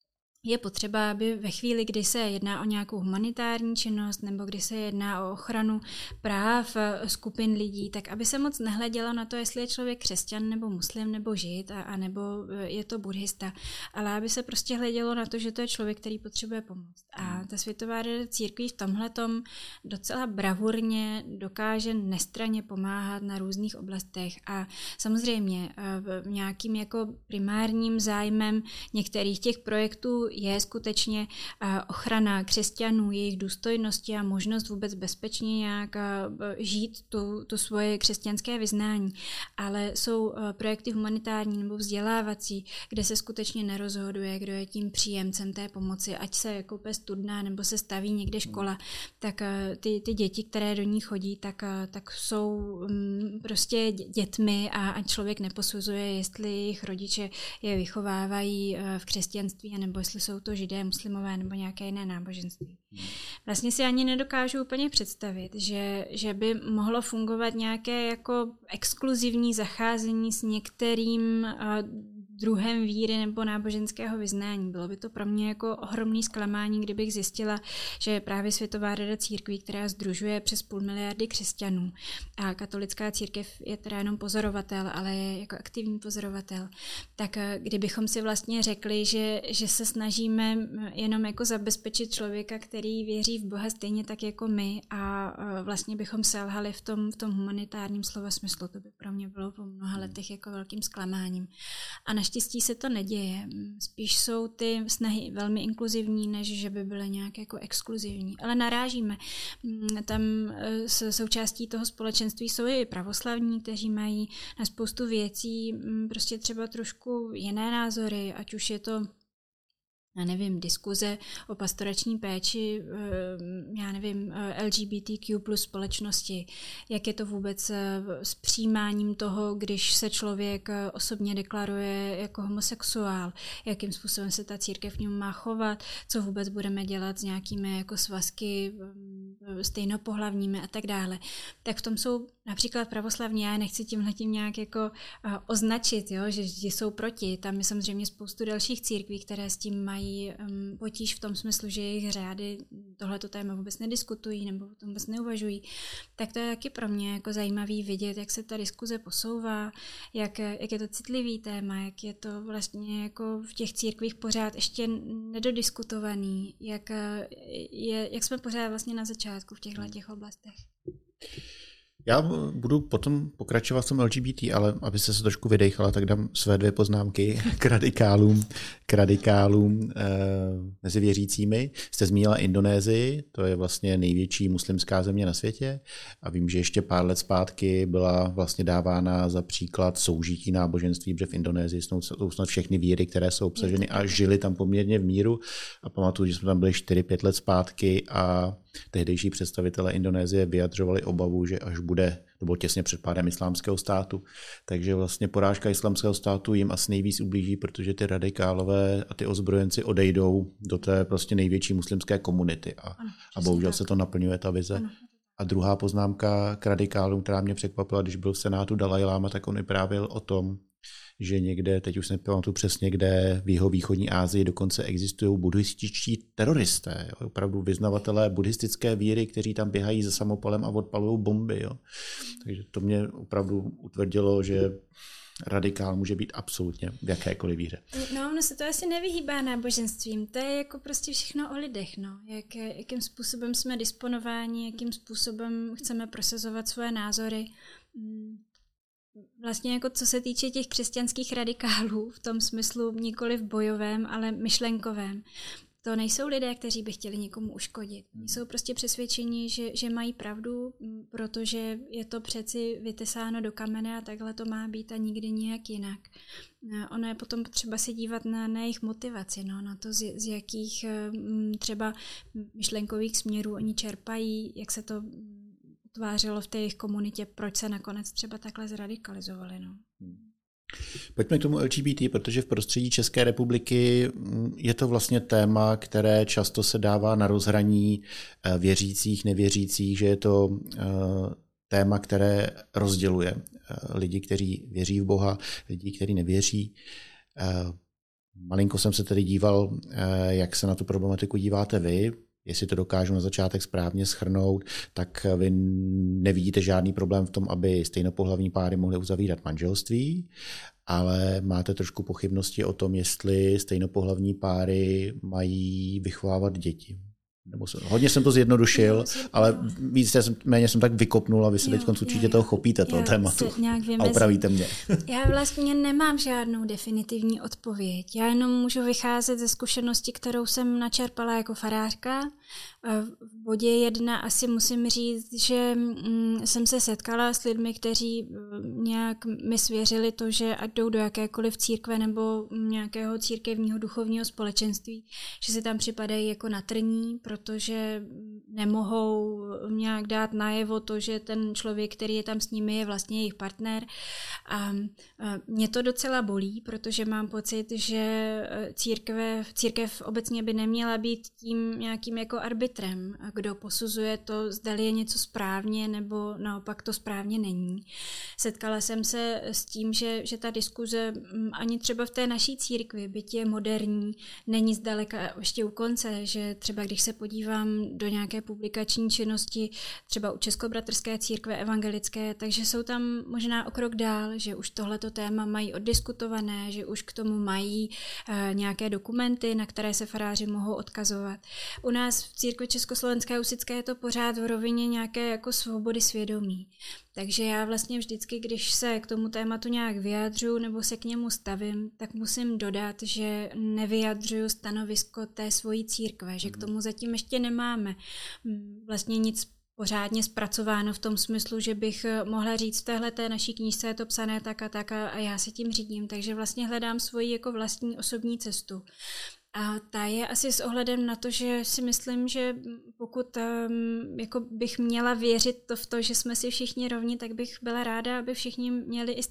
je potřeba, aby ve chvíli, kdy se jedná o nějakou humanitární činnost nebo kdy se jedná o ochranu práv skupin lidí, tak aby se moc nehledělo na to, jestli je člověk křesťan nebo muslim nebo žid a nebo je to buddhista, ale aby se prostě hledělo na to, že to je člověk, který potřebuje pomoc. A ta Světová rada církví v tomhletom docela bravurně dokáže nestranně pomáhat na různých oblastech a samozřejmě nějakým jako primárním zájmem některých těch projektů je skutečně ochrana křesťanů, jejich důstojnosti a možnost vůbec bezpečně nějak žít to svoje křesťanské vyznání. Ale jsou projekty humanitární nebo vzdělávací, kde se skutečně nerozhoduje, kdo je tím příjemcem té pomoci, ať se jako studna nebo se staví někde škola, tak ty děti, které do ní chodí, tak jsou prostě dětmi a člověk neposuzuje, jestli jejich rodiče je vychovávají v křesťanství, nebo jestli jsou to židé, muslimové nebo nějaké jiné náboženství. Vlastně si ani nedokážu úplně představit, že by mohlo fungovat nějaké jako exkluzivní zacházení s některým druhem víry nebo náboženského vyznání. Bylo by to pro mě jako ohromný zklamání, kdybych zjistila, že právě Světová rada církví, která sdružuje přes 500 000 křesťanů a katolická církev je teda jenom pozorovatel, ale je jako aktivní pozorovatel, tak kdybychom si vlastně řekli, že se snažíme jenom jako zabezpečit člověka, který věří v Boha stejně tak jako my a vlastně bychom selhali v tom humanitárním slova smyslu, to by pro mě bylo po mnoha letech jako velkým zklamáním. A naštěstí se to neděje. Spíš jsou ty snahy velmi inkluzivní, než že by byly nějak jako exkluzivní. Ale narážíme. Tam součástí toho společenství jsou i pravoslavní, kteří mají na spoustu věcí prostě třeba trošku jiné názory, ať už je to diskuze o pastorační péči, LGBTQ plus společnosti, jak je to vůbec s přijímáním toho, když se člověk osobně deklaruje jako homosexuál, jakým způsobem se ta církev k němu má chovat, co vůbec budeme dělat s nějakými jako svazky stejnopohlavními a tak dále. Tak v tom jsou například pravoslavní, já nechci tímhletím nějak jako označit, jo, že jsou proti. Tam je samozřejmě spoustu dalších církví, které s tím mají potíž v tom smyslu, že jejich řády tohleto téma vůbec nediskutují nebo o tom vůbec neuvažují. Tak to je taky pro mě jako zajímavý vidět, jak se ta diskuze posouvá, jak je to citlivý téma, jak je to vlastně jako v těch církvích pořád ještě nedodiskutovaný, jak jsme pořád vlastně na začátku v těchto oblastech. Já budu potom pokračovat v tom LGBT, ale aby se trošku vydejchala, tak dám své 2 poznámky k radikálům mezi věřícími. Jste zmínila Indonésii, to je vlastně největší muslimská země na světě a vím, že ještě pár let zpátky byla vlastně dávána za příklad soužití náboženství, protože v Indonésii jsou snad všechny víry, které jsou obsaženy a žili tam poměrně v míru a pamatuju, že jsme tam byli 4-5 let zpátky a tehdejší představitelé Indonésie vyjadřovali obavu, že až bude, to bylo těsně před pádem islámského státu, takže vlastně porážka islámského státu jim asi nejvíc ublíží, protože ty radikálové a ty ozbrojenci odejdou do té prostě největší muslimské komunity a bohužel se to naplňuje ta vize. Ano. A druhá poznámka k radikálům, která mě překvapila, když byl v Senátu Dalaj Lama, tak on vyprávěl o tom, že někde, teď už se nepamatuju přesně, kde v jihovýchodní Asii dokonce existují buddhističtí teroristé, jo? Opravdu vyznavatelé buddhistické víry, kteří tam běhají za samopalem a odpalují bomby. Jo? Takže to mě opravdu utvrdilo, že radikál může být absolutně v jakékoliv víře. No, ono se to asi nevyhýbá náboženstvím, to je jako prostě všechno o lidech, no. Jakým způsobem jsme disponováni, jakým způsobem chceme prosazovat svoje názory. Vlastně jako co se týče těch křesťanských radikálů, v tom smyslu nikoli v bojovém, ale myšlenkovém, to nejsou lidé, kteří by chtěli někomu uškodit. Jsou prostě přesvědčeni, že mají pravdu, protože je to přeci vytesáno do kamene a takhle to má být a nikdy nijak jinak. Ono je potom třeba se dívat na jejich motivaci, no, na to, z jakých třeba myšlenkových směrů oni čerpají, jak se to utvářelo v té jejich komunitě, proč se nakonec třeba takhle zradikalizovali. No. Pojďme k tomu LGBT, protože v prostředí České republiky je to vlastně téma, které často se dává na rozhraní věřících, nevěřících, že je to téma, které rozděluje lidi, kteří věří v Boha, lidi, kteří nevěří. Malinko jsem se tedy díval, jak se na tu problematiku díváte vy. Jestli to dokážu na začátek správně shrnout, tak vy nevidíte žádný problém v tom, aby stejnopohlavní páry mohly uzavírat manželství, ale máte trošku pochybnosti o tom, jestli stejnopohlavní páry mají vychovávat děti. Hodně jsem to zjednodušil, ale méně jsem tak vykopnul a vy se teď určitě toho chopíte, toho tématu a opravíte mě. Já vlastně nemám žádnou definitivní odpověď. Já jenom můžu vycházet ze zkušenosti, kterou jsem načerpala jako farářka. V bodě 1 asi musím říct, že jsem se setkala s lidmi, kteří nějak mi svěřili to, že ať jdou do jakékoliv církve nebo nějakého církevního duchovního společenství, že se tam připadají jako na trní, protože nemohou nějak dát najevo to, že ten člověk, který je tam s nimi, je vlastně jejich partner. A mě to docela bolí, protože mám pocit, že církev obecně by neměla být tím nějakým jako arbitrem, kdo posuzuje to, zdali je něco správně nebo naopak to správně není. Setkala jsem se s tím, že ta diskuze ani třeba v té naší církvi, byť je moderní, není zdaleka ještě u konce, že třeba když se podívám do nějaké publikační činnosti, třeba u Českobratrské církve evangelické, takže jsou tam možná o krok dál, že už tohleto téma mají oddiskutované, že už k tomu mají nějaké dokumenty, na které se faráři mohou odkazovat. U nás v církvi československé a husitské je to pořád v rovině nějaké jako svobody svědomí. Takže já vlastně vždycky, když se k tomu tématu nějak vyjadřuju nebo se k němu stavím, tak musím dodat, že nevyjadřuju stanovisko té svojí církve, že k tomu zatím ještě nemáme vlastně nic pořádně zpracováno v tom smyslu, že bych mohla říct, v téhleté naší knížce je to psané tak a já se tím řídím, takže vlastně hledám svoji jako vlastní osobní cestu. A ta je asi s ohledem na to, že si myslím, že pokud jako bych měla věřit v to, že jsme si všichni rovni, tak bych byla ráda, aby všichni měli i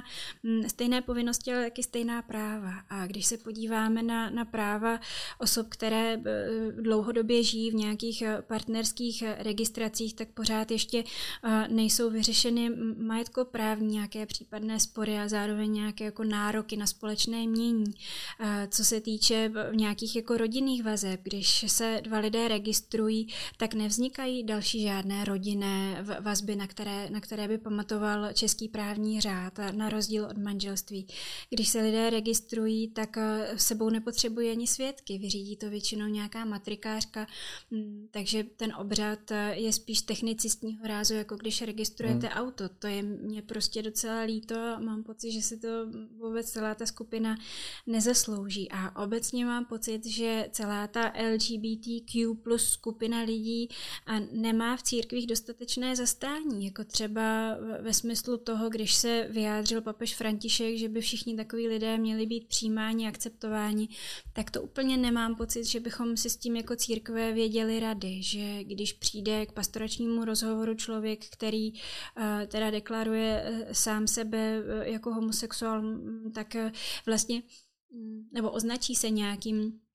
stejné povinnosti, ale taky stejná práva. A když se podíváme na práva osob, které dlouhodobě žijí v nějakých partnerských registracích, tak pořád ještě nejsou vyřešeny majetkoprávní nějaké případné spory a zároveň nějaké jako nároky na společné jmění. Co se týče nějakých jako rodinných vazeb, když se 2 lidé registrují, tak nevznikají další žádné rodinné vazby, na které by pamatoval český právní řád, na rozdíl od manželství. Když se lidé registrují, tak sebou nepotřebují ani svědky, vyřídí to většinou nějaká matrikářka, takže ten obřad je spíš technicistního rázu, jako když registrujete auto. To je mě prostě docela líto a mám pocit, že si to vůbec celá ta skupina nezaslouží. A obecně mám pocit, že celá ta LGBTQ plus skupina lidí nemá v církvích dostatečné zastání, jako třeba ve smyslu toho, když se vyjádřil papež František, že by všichni takoví lidé měli být přijímáni, akceptováni, tak to úplně nemám pocit, že bychom si s tím jako církve věděli rady, že když přijde k pastoračnímu rozhovoru člověk, který teda deklaruje sám sebe jako homosexuál, tak vlastně nebo označí se nějakým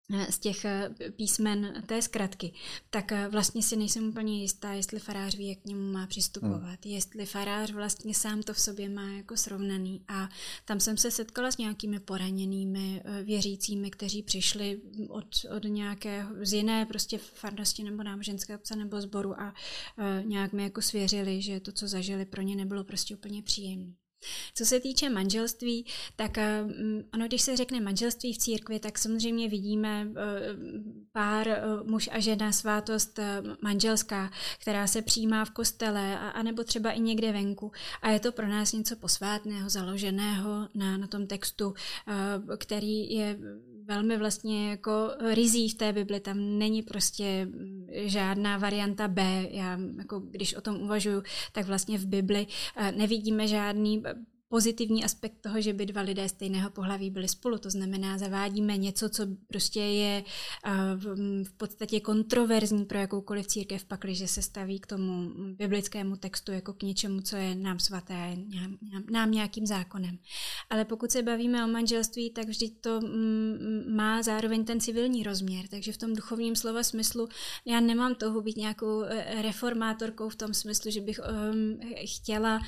z těch písmen té zkratky, tak vlastně si nejsem úplně jistá, jestli farář ví, jak k němu má přistupovat, jestli farář vlastně sám to v sobě má jako srovnaný. A tam jsem se setkala s nějakými poraněnými věřícími, kteří přišli od nějakého z jiné prostě farnosti nebo náboženské obce nebo sboru a nějak mi jako svěřili, že to, co zažili, pro ně nebylo prostě úplně příjemné. Co se týče manželství, tak ono, když se řekne manželství v církvi, tak samozřejmě vidíme pár muž a žena, svátost manželská, která se přijímá v kostele a nebo třeba i někde venku. A je to pro nás něco posvátného, založeného na tom textu, který je velmi vlastně jako rizí v té Bibli. Tam není prostě žádná varianta B. Já jako když o tom uvažuju, tak vlastně v Bibli nevidíme žádný pozitivní aspekt toho, že by dva lidé stejného pohlaví byli spolu. To znamená, zavádíme něco, co prostě je v podstatě kontroverzní pro jakoukoliv církev, pakliže se staví k tomu biblickému textu jako k něčemu, co je nám svaté, nám nějakým zákonem. Ale pokud se bavíme o manželství, tak vždy to má zároveň ten civilní rozměr. Takže v tom duchovním slova smyslu já nemám touhu být nějakou reformátorkou v tom smyslu, že bych chtěla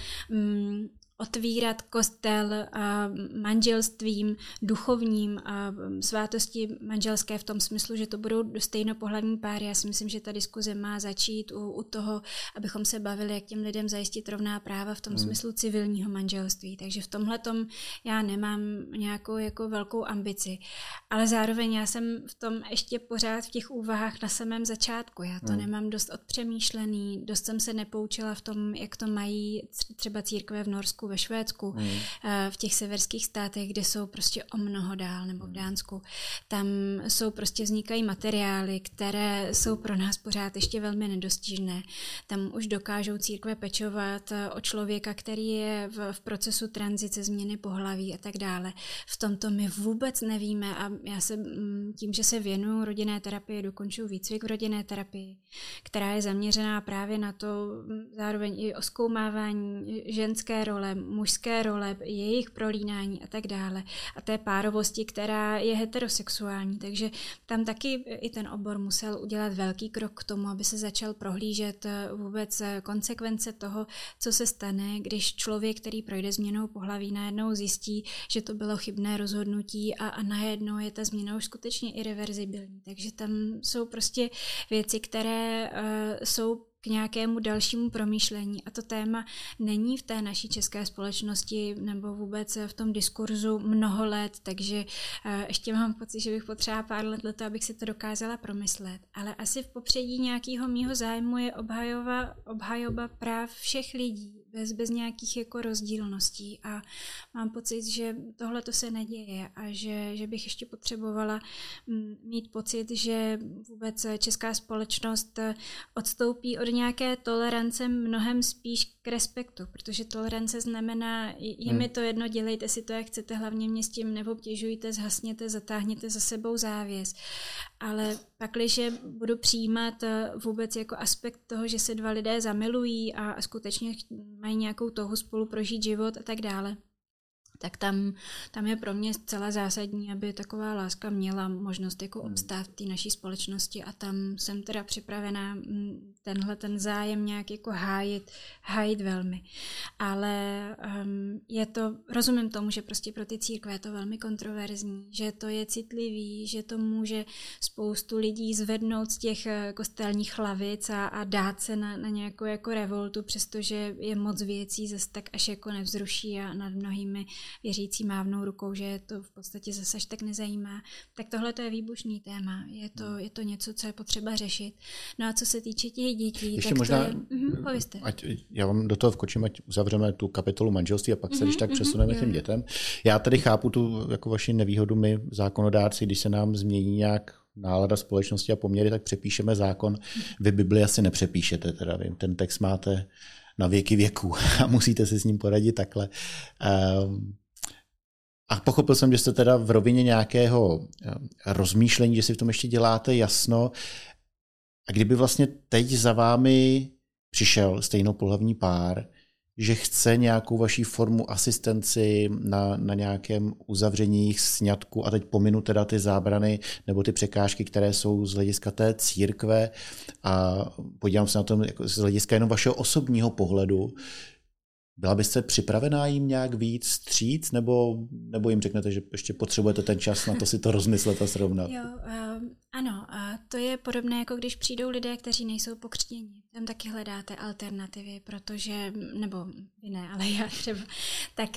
otvírat kostel manželstvím, duchovním a svátosti manželské v tom smyslu, že to budou stejnopohlavní páry. Já si myslím, že ta diskuze má začít u toho, abychom se bavili, jak těm lidem zajistit rovná práva v tom smyslu civilního manželství. Takže v tomhletom já nemám nějakou jako velkou ambici. Ale zároveň já jsem v tom ještě pořád v těch úvahách na samém začátku. Já to nemám dost odpřemýšlený, dost jsem se nepoučila v tom, jak to mají třeba církve v Norsku, ve Švédsku, v těch severských státech, kde jsou prostě o mnoho dál, nebo v Dánsku. Tam jsou prostě vznikají materiály, které jsou pro nás pořád ještě velmi nedostižné. Tam už dokážou církve pečovat o člověka, který je v procesu tranzice, změny pohlaví a tak dále. V tomto my vůbec nevíme a já se tím, že se věnuju rodinné terapii, dokončuju výcvik v rodinné terapii, která je zaměřená právě na to zároveň i zkoumávání ženské role, mužské role, jejich prolínání a tak dále. A té párovosti, která je heterosexuální. Takže tam taky i ten obor musel udělat velký krok k tomu, aby se začal prohlížet vůbec konsekvence toho, co se stane, když člověk, který projde změnou pohlaví, najednou zjistí, že to bylo chybné rozhodnutí a najednou je ta změna už skutečně irreverzibilní. Takže tam jsou prostě věci, které jsou k nějakému dalšímu promýšlení. A to téma není v té naší české společnosti nebo vůbec v tom diskurzu mnoho let, takže ještě mám pocit, že bych potřeba pár let na to, abych si to dokázala promyslet. Ale asi v popředí nějakého mýho zájmu je obhajoba práv všech lidí, bez nějakých jako rozdílností. A mám pocit, že tohle to se neděje a že bych ještě potřebovala mít pocit, že vůbec česká společnost odstoupí od nějaké tolerance mnohem spíš k respektu, protože tolerance znamená, je mi to jedno, dělejte si to, jak chcete, hlavně mě s tím neobtěžujte, zhasněte, zatáhněte za sebou závěs. Ale pakliže budu přijímat vůbec jako aspekt toho, že se dva lidé zamilují a skutečně mají nějakou touhu spolu prožít život a tak dále, tak tam je pro mě zcela zásadní, aby taková láska měla možnost jako obstát v té naší společnosti a tam jsem teda připravená ten zájem nějak jako hájit velmi. Ale rozumím tomu, že prostě pro ty církve je to velmi kontroverzní, že to je citlivý, že to může spoustu lidí zvednout z těch kostelních lavic a dát se na nějakou jako revoltu, přestože je moc věcí zase tak až jako nevzruší a nad mnohými věřící mávnou rukou, že to v podstatě zase až tak nezajímá. Tak tohle to je výbušný téma. Je to něco, co je potřeba řešit. No a co se týče těch dětí, ještě tak možná, to je... Povězte. Já vám do toho vkočím, ať uzavřeme tu kapitolu manželství a pak se když tak přesuneme těm dětem. Já tady chápu tu jako vaši nevýhodu, my zákonodárci, když se nám změní nějak nálada společnosti a poměry, tak přepíšeme zákon. Vy Bibli asi nepřepíšete, teda vím, ten text máte na věky věků a musíte si s ním poradit takhle. A pochopil jsem, že jste teda v rovině nějakého rozmýšlení, že si v tom ještě děláte jasno. A kdyby vlastně teď za vámi přišel stejnopohlavní pár, že chce nějakou vaší formu asistenci na nějakém uzavření jejich sňatku a teď pominu teda ty zábrany nebo ty překážky, které jsou z hlediska té církve a podívám se na to jako z hlediska jenom vašeho osobního pohledu. Byla byste připravená jim nějak víc vstříc, nebo jim řeknete, že ještě potřebujete ten čas na to si to rozmyslet a srovnat? Jo, ano, a to je podobné, jako když přijdou lidé, kteří nejsou pokřtěni. Tam taky hledáte alternativy, protože, nebo vy ne, ale já třeba, tak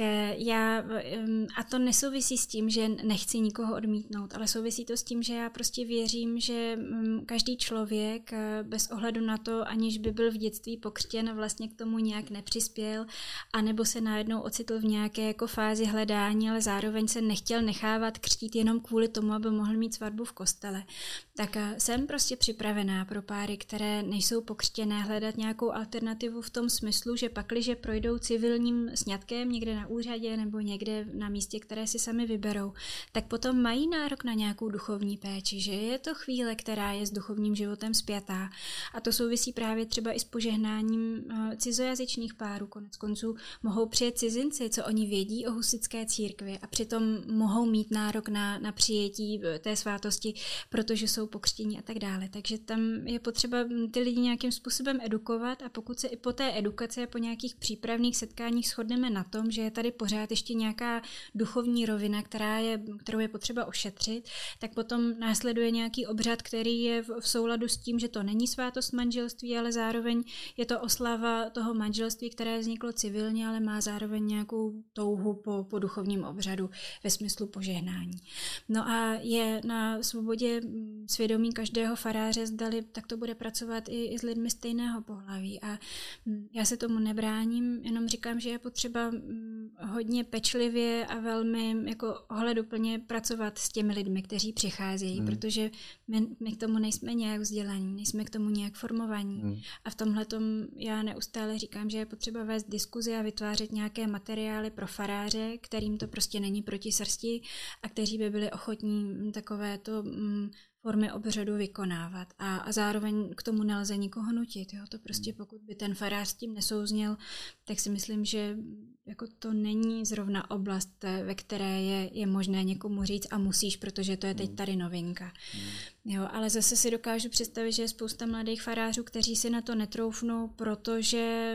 a to nesouvisí s tím, že nechci nikoho odmítnout, ale souvisí to s tím, že já prostě věřím, že každý člověk bez ohledu na to, aniž by byl v dětství pokřtěn, vlastně k tomu nějak nepřispěl, anebo se najednou ocitl v nějaké jako fázi hledání, ale zároveň se nechtěl nechávat křtít jenom kvůli tomu, aby mohl mít svatbu v kostele. Tak jsem prostě připravená pro páry, které nejsou pokřtěné, hledat nějakou alternativu v tom smyslu, že pakliže projdou civilním sňatkem někde na úřadě nebo někde na místě, které si sami vyberou, tak potom mají nárok na nějakou duchovní péči, že je to chvíle, která je s duchovním životem spjatá. A to souvisí právě třeba i s požehnáním cizojazyčných párů. Konec konců mohou přijet cizinci, co oni vědí o husitské církvi a přitom mohou mít nárok na přijetí té svátosti, protože jsou pokřtění a tak dále. Takže tam je potřeba ty lidi nějakým způsobem edukovat a pokud se i po té edukaci a po nějakých přípravných setkáních shodneme na tom, že je tady pořád ještě nějaká duchovní rovina, kterou je potřeba ošetřit, tak potom následuje nějaký obřad, který je v souladu s tím, že to není svátost manželství, ale zároveň je to oslava toho manželství, které vzniklo civilně, ale má zároveň nějakou touhu po duchovním obřadu ve smyslu požehnání. No a je na svobodě svědomí každého faráře, zdali tak to bude pracovat i s lidmi stejného pohlaví. A já se tomu nebráním, jenom říkám, že je potřeba hodně pečlivě a velmi jako ohleduplně pracovat s těmi lidmi, kteří přicházejí, protože my k tomu nejsme nějak vzdělaní, nejsme k tomu nějak formovaní. A v tomhletom já neustále říkám, že je potřeba vést diskuzi a vytvářet nějaké materiály pro faráře, kterým to prostě není proti srsti a kteří by byli ochotní takovéto formy obřadu vykonávat. A zároveň k tomu nelze nikoho nutit. Jo? To prostě pokud by ten farář s tím nesouzněl, tak si myslím, že jako to není zrovna oblast, ve které je možné někomu říct a musíš, protože to je teď tady novinka. Jo, ale zase si dokážu představit, že je spousta mladých farářů, kteří si na to netroufnou, protože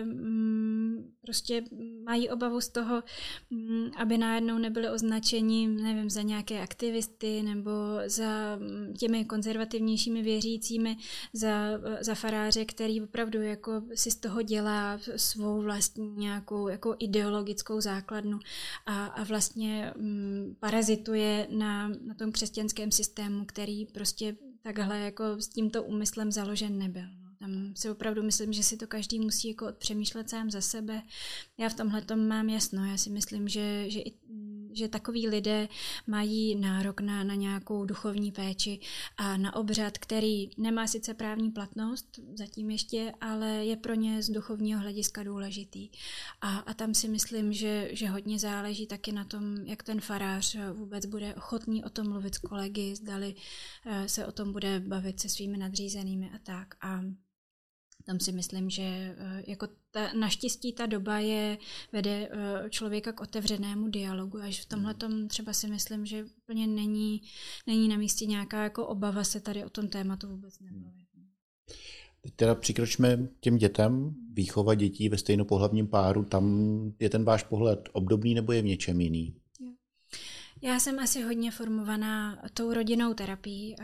prostě mají obavu z toho, aby najednou nebyli označeni, nevím, za nějaké aktivisty nebo za těmi konzervativnějšími věřícími, za faráře, který opravdu jako si z toho dělá svou vlastní nějakou jako ideologickou základnu a vlastně parazituje na tom křesťanském systému, který prostě takhle jako s tímto úmyslem založen nebyl. Tam si opravdu myslím, že si to každý musí jako odpřemýšlet sám za sebe. Já v tomhletom mám jasno. Já si myslím, že takoví lidé mají nárok na nějakou duchovní péči a na obřad, který nemá sice právní platnost zatím ještě, ale je pro ně z duchovního hlediska důležitý. A tam si myslím, že hodně záleží taky na tom, jak ten farář vůbec bude ochotný o tom mluvit s kolegy, zdali se o tom bude bavit se svými nadřízenými a tak. A tam si myslím, že jako naštěstí ta doba vede člověka k otevřenému dialogu, až v tomhletom třeba si myslím, že úplně není na místě nějaká jako obava se tady o tom tématu vůbec nebavit. Teď teda přikročme těm dětem, výchova dětí ve stejnopohlavním páru, tam je ten váš pohled obdobný nebo je v něčem jiný? Já jsem asi hodně formovaná tou rodinnou terapií.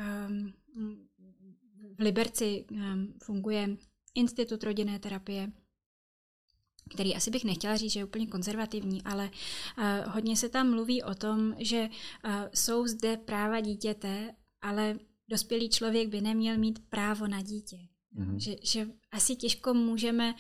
V Liberci funguje Institut rodinné terapie, který asi bych nechtěla říct, že je úplně konzervativní, ale hodně se tam mluví o tom, že jsou zde práva dítěte, ale dospělý člověk by neměl mít právo na dítě. Že asi těžko můžeme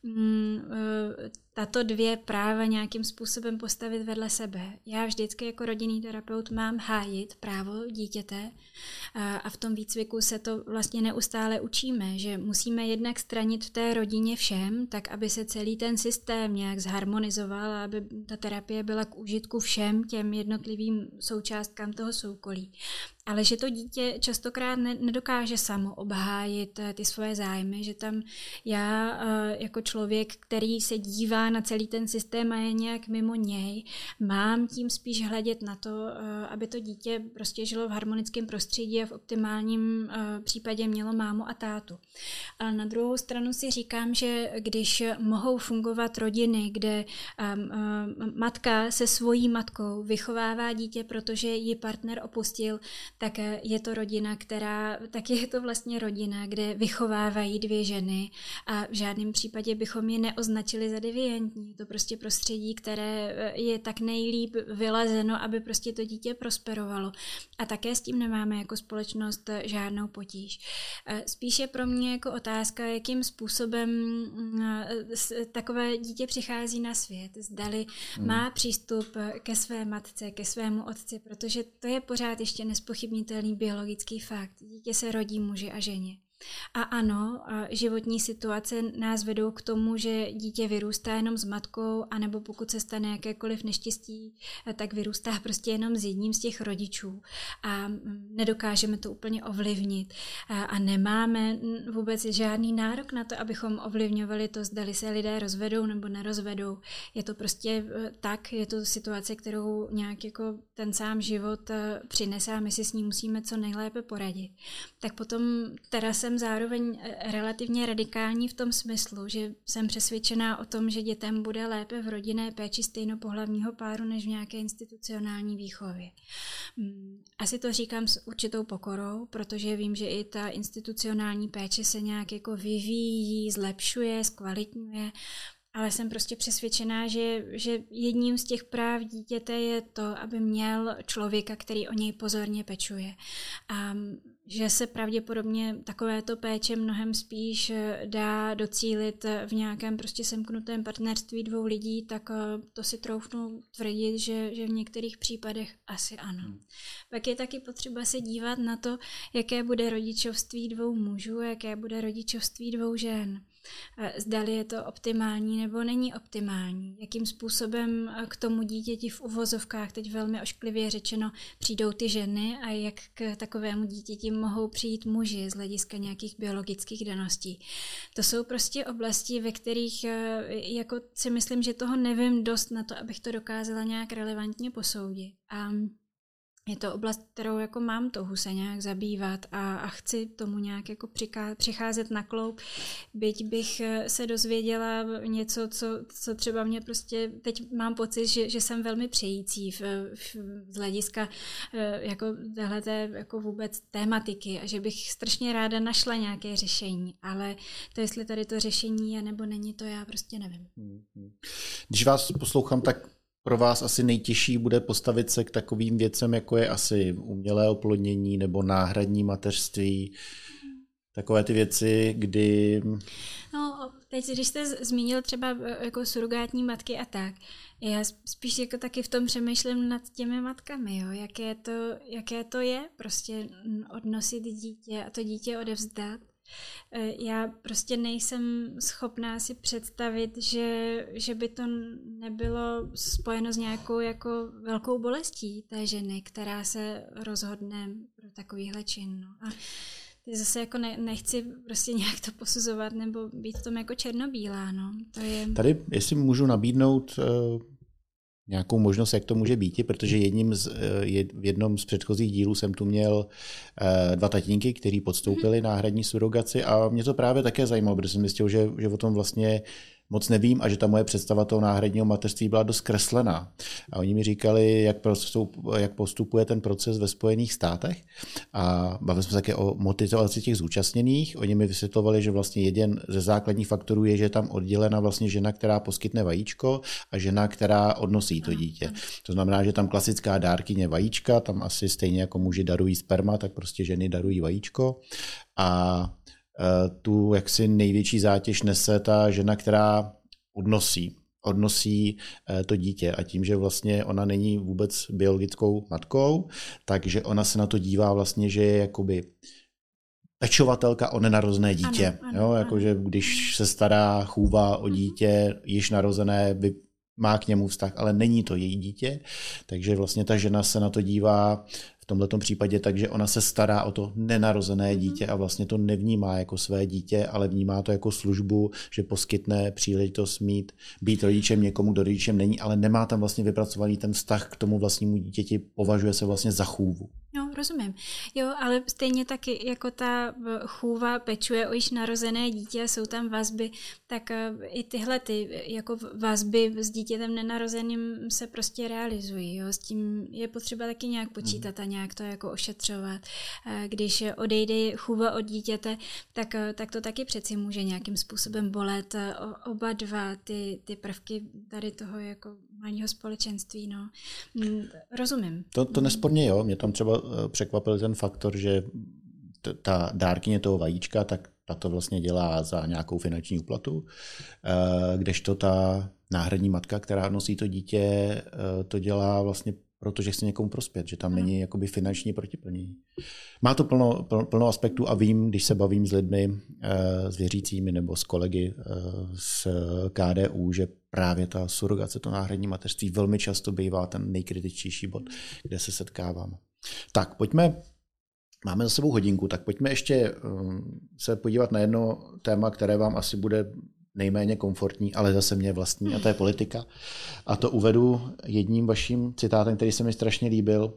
tato dvě práva nějakým způsobem postavit vedle sebe. Já vždycky jako rodinný terapeut mám hájit právo dítěte a v tom výcviku se to vlastně neustále učíme, že musíme jednak stranit v té rodině všem, tak aby se celý ten systém nějak zharmonizoval a aby ta terapie byla k užitku všem těm jednotlivým součástkám toho soukolí. Ale že to dítě častokrát nedokáže samo obhájit ty svoje zájmy, že tam já jako člověk, který se dívá na celý ten systém a je nějak mimo něj, mám tím spíš hledět na to, aby to dítě prostě žilo v harmonickém prostředí a v optimálním případě mělo mámu a tátu. Ale na druhou stranu si říkám, že když mohou fungovat rodiny, kde matka se svojí matkou vychovává dítě, protože ji partner opustil, tak je to rodina, je to vlastně rodina, kde vychovávají 2 ženy a v žádném případě bychom je neoznačili za deviantní. Je to prostě prostředí, které je tak nejlíp vylazeno, aby prostě to dítě prosperovalo. A také s tím nemáme jako společnost žádnou potíž. Spíše pro mě jako otázka, jakým způsobem takové dítě přichází na svět. Zdali má přístup ke své matce, ke svému otci, protože to je pořád ještě nespochybnitelný biologický fakt. Dítě se rodí muži a ženě. A ano, životní situace nás vedou k tomu, že dítě vyrůstá jenom s matkou, anebo pokud se stane jakékoliv neštěstí, tak vyrůstá prostě jenom s jedním z těch rodičů. A nedokážeme to úplně ovlivnit. A nemáme vůbec žádný nárok na to, abychom ovlivňovali to, zdali se lidé rozvedou nebo nerozvedou. Je to prostě tak, je to situace, kterou nějak jako ten sám život přinese a my si s ní musíme co nejlépe poradit. Tak potom teda jsem zároveň relativně radikální v tom smyslu, že jsem přesvědčená o tom, že dětem bude lépe v rodinné péči stejnopohlavního páru než v nějaké institucionální výchově. Asi to říkám s určitou pokorou, protože vím, že i ta institucionální péče se nějak jako vyvíjí, zlepšuje, zkvalitňuje, ale jsem prostě přesvědčená, že jedním z těch práv dítěte je to, aby měl člověka, který o něj pozorně pečuje. A že se pravděpodobně takovéto péče mnohem spíš dá docílit v nějakém prostě semknutém partnerství 2 lidí, tak to si troufnu tvrdit, že v některých případech asi ano. Pak je taky potřeba se dívat na to, jaké bude rodičovství 2 mužů, jaké bude rodičovství 2 žen. Zdali je to optimální nebo není optimální. Jakým způsobem k tomu dítěti v uvozovkách, teď velmi ošklivě řečeno, přijdou ty ženy a jak k takovému dítěti mohou přijít muži z hlediska nějakých biologických daností. To jsou prostě oblasti, ve kterých jako si myslím, že toho nevím dost na to, abych to dokázala nějak relevantně posoudit. A je to oblast, kterou jako mám touhu se nějak zabývat a chci tomu nějak jako přicházet na kloub, byť bych se dozvěděla něco, co třeba mě prostě, teď mám pocit, že jsem velmi přející z hlediska jako téhleté jako vůbec tématiky a že bych strašně ráda našla nějaké řešení, ale to, jestli tady to řešení je nebo není, to já prostě nevím. Když vás poslouchám, tak pro vás asi nejtěžší bude postavit se k takovým věcem, jako je asi umělé oplodnění nebo náhradní mateřství. Takové ty věci, kdy... No, teď, když jste zmínil třeba jako surogátní matky a tak, já spíš jako taky v tom přemýšlím nad těmi matkami, jo? Jaké to je prostě odnosit dítě a to dítě odevzdat. Já prostě nejsem schopná si představit, že by to nebylo spojeno s nějakou jako velkou bolestí té ženy, která se rozhodne pro takovýhle čin. No. A zase jako nechci prostě nějak to posuzovat nebo být v tom jako černobílá. No. To je... Tady, jestli můžu nabídnout nějakou možnost, jak to může být, protože v jednom z předchozích dílů jsem tu měl 2 tatínky, kteří podstoupili náhradní surrogaci a mě to právě také zajímalo, protože jsem zjistil, že o tom vlastně moc nevím a že ta moje představa toho náhradního mateřství byla dost zkreslená. A oni mi říkali, jak postupuje ten proces ve Spojených státech. A bavili jsme se také o motivaci těch zúčastněných. Oni mi vysvětlovali, že vlastně jeden ze základních faktorů je, že je tam oddělena vlastně žena, která poskytne vajíčko a žena, která odnosí to dítě. To znamená, že tam klasická dárkyně vajíčka, tam asi stejně jako muži darují sperma, tak prostě ženy darují vajíčko. A tu jaksi největší zátěž nese ta žena, která odnosí to dítě a tím, že vlastně ona není vůbec biologickou matkou, takže ona se na to dívá vlastně, že je jakoby pečovatelka o nenarozené dítě. Ano, jakože když se stará, chůvá o dítě již narozené, má k němu vztah, ale není to její dítě, takže vlastně ta žena se na to dívá v tomhletom případě tak, že ona se stará o to nenarozené dítě a vlastně to nevnímá jako své dítě, ale vnímá to jako službu, že poskytne příležitost být rodičem někomu, kdo rodičem není, ale nemá tam vlastně vypracovaný ten vztah k tomu vlastnímu dítěti, považuje se vlastně za chůvu. No, rozumím. Jo, ale stejně taky, jako ta chůva pečuje o již narozené dítě, jsou tam vazby, tak i tyhle jako vazby s dítětem nenarozeným se prostě realizují. Jo. S tím je potřeba taky nějak počítat a nějak to jako ošetřovat. Když odejde chůva od dítěte, tak to taky přeci může nějakým způsobem bolet. Oba dva ty prvky tady toho jako malého společenství. No. Rozumím. To nesporně jo. Mě tam třeba překvapil ten faktor, že ta dárkyně toho vajíčka, tak ta to vlastně dělá za nějakou finanční úplatu, kdežto ta náhradní matka, která nosí to dítě, to dělá vlastně protože chce někomu prospět, že tam není jakoby finanční protiplnění. Má to plno aspektů a vím, když se bavím s lidmi, s věřícími nebo s kolegy z KDU, že právě ta surrogace, to náhradní mateřství velmi často bývá ten nejkritičtější bod, kde se setkáváme. Tak, máme za sebou hodinku, tak pojďme ještě se podívat na jedno téma, které vám asi bude nejméně komfortní, ale zase mě vlastní, a to je politika. A to uvedu jedním vaším citátem, který se mi strašně líbil,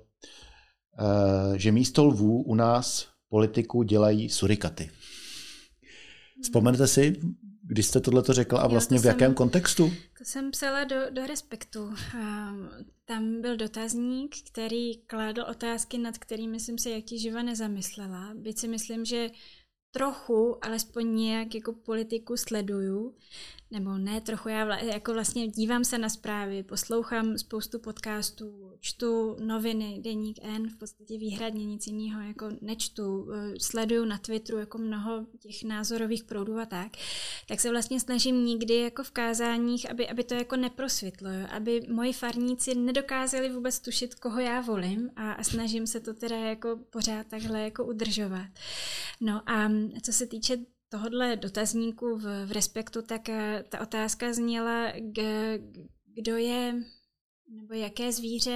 že místo lvů u nás politiku dělají surikaty. Vzpomenete si, když jste tohleto řekla a vlastně v jakém kontextu? To jsem psala do Respektu. Tam byl dotazník, který kládl otázky, nad kterými jsem se jak ti živa nezamyslela. Byť si myslím, že trochu, alespoň nějak jako politiku sleduju, nebo ne trochu, já jako vlastně dívám se na zprávy, poslouchám spoustu podcastů, čtu noviny, Deník N, v podstatě výhradně nic jiného jako nečtu, sleduju na Twitteru jako mnoho těch názorových proudů a tak se vlastně snažím nikdy jako v kázáních, aby to jako neprosvětlo, jo? Aby moji farníci nedokázali vůbec tušit, koho já volím a snažím se to teda jako pořád takhle jako udržovat. No a co se týče tohodle dotazníku v Respektu, tak ta otázka zněla, kdo je, nebo jaké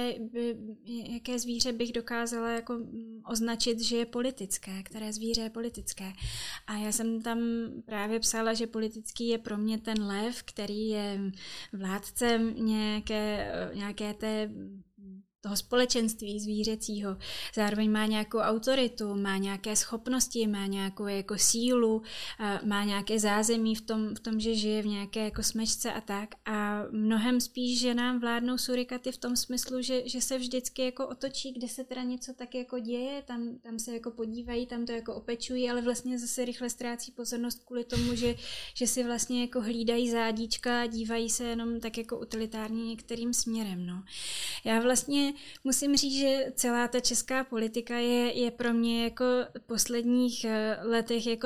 zvíře bych dokázala jako označit, že je politické, které zvíře je politické. A já jsem tam právě psala, že politický je pro mě ten lev, který je vládcem nějaké toho společenství zvířecího. Zároveň má nějakou autoritu, má nějaké schopnosti, má nějakou jako sílu, má nějaké zázemí v tom, že žije v nějaké jako smečce a tak. A mnohem spíš, že nám vládnou surikaty v tom smyslu, že se vždycky jako otočí, kde se teda něco tak jako děje, tam se jako podívají, tam to jako opečují, ale vlastně zase rychle ztrácí pozornost kvůli tomu, že si vlastně jako hlídají zádíčka a dívají se jenom tak jako utilitárně některým směrem. No. Já vlastně musím říct, že celá ta česká politika je pro mě jako v posledních letech jako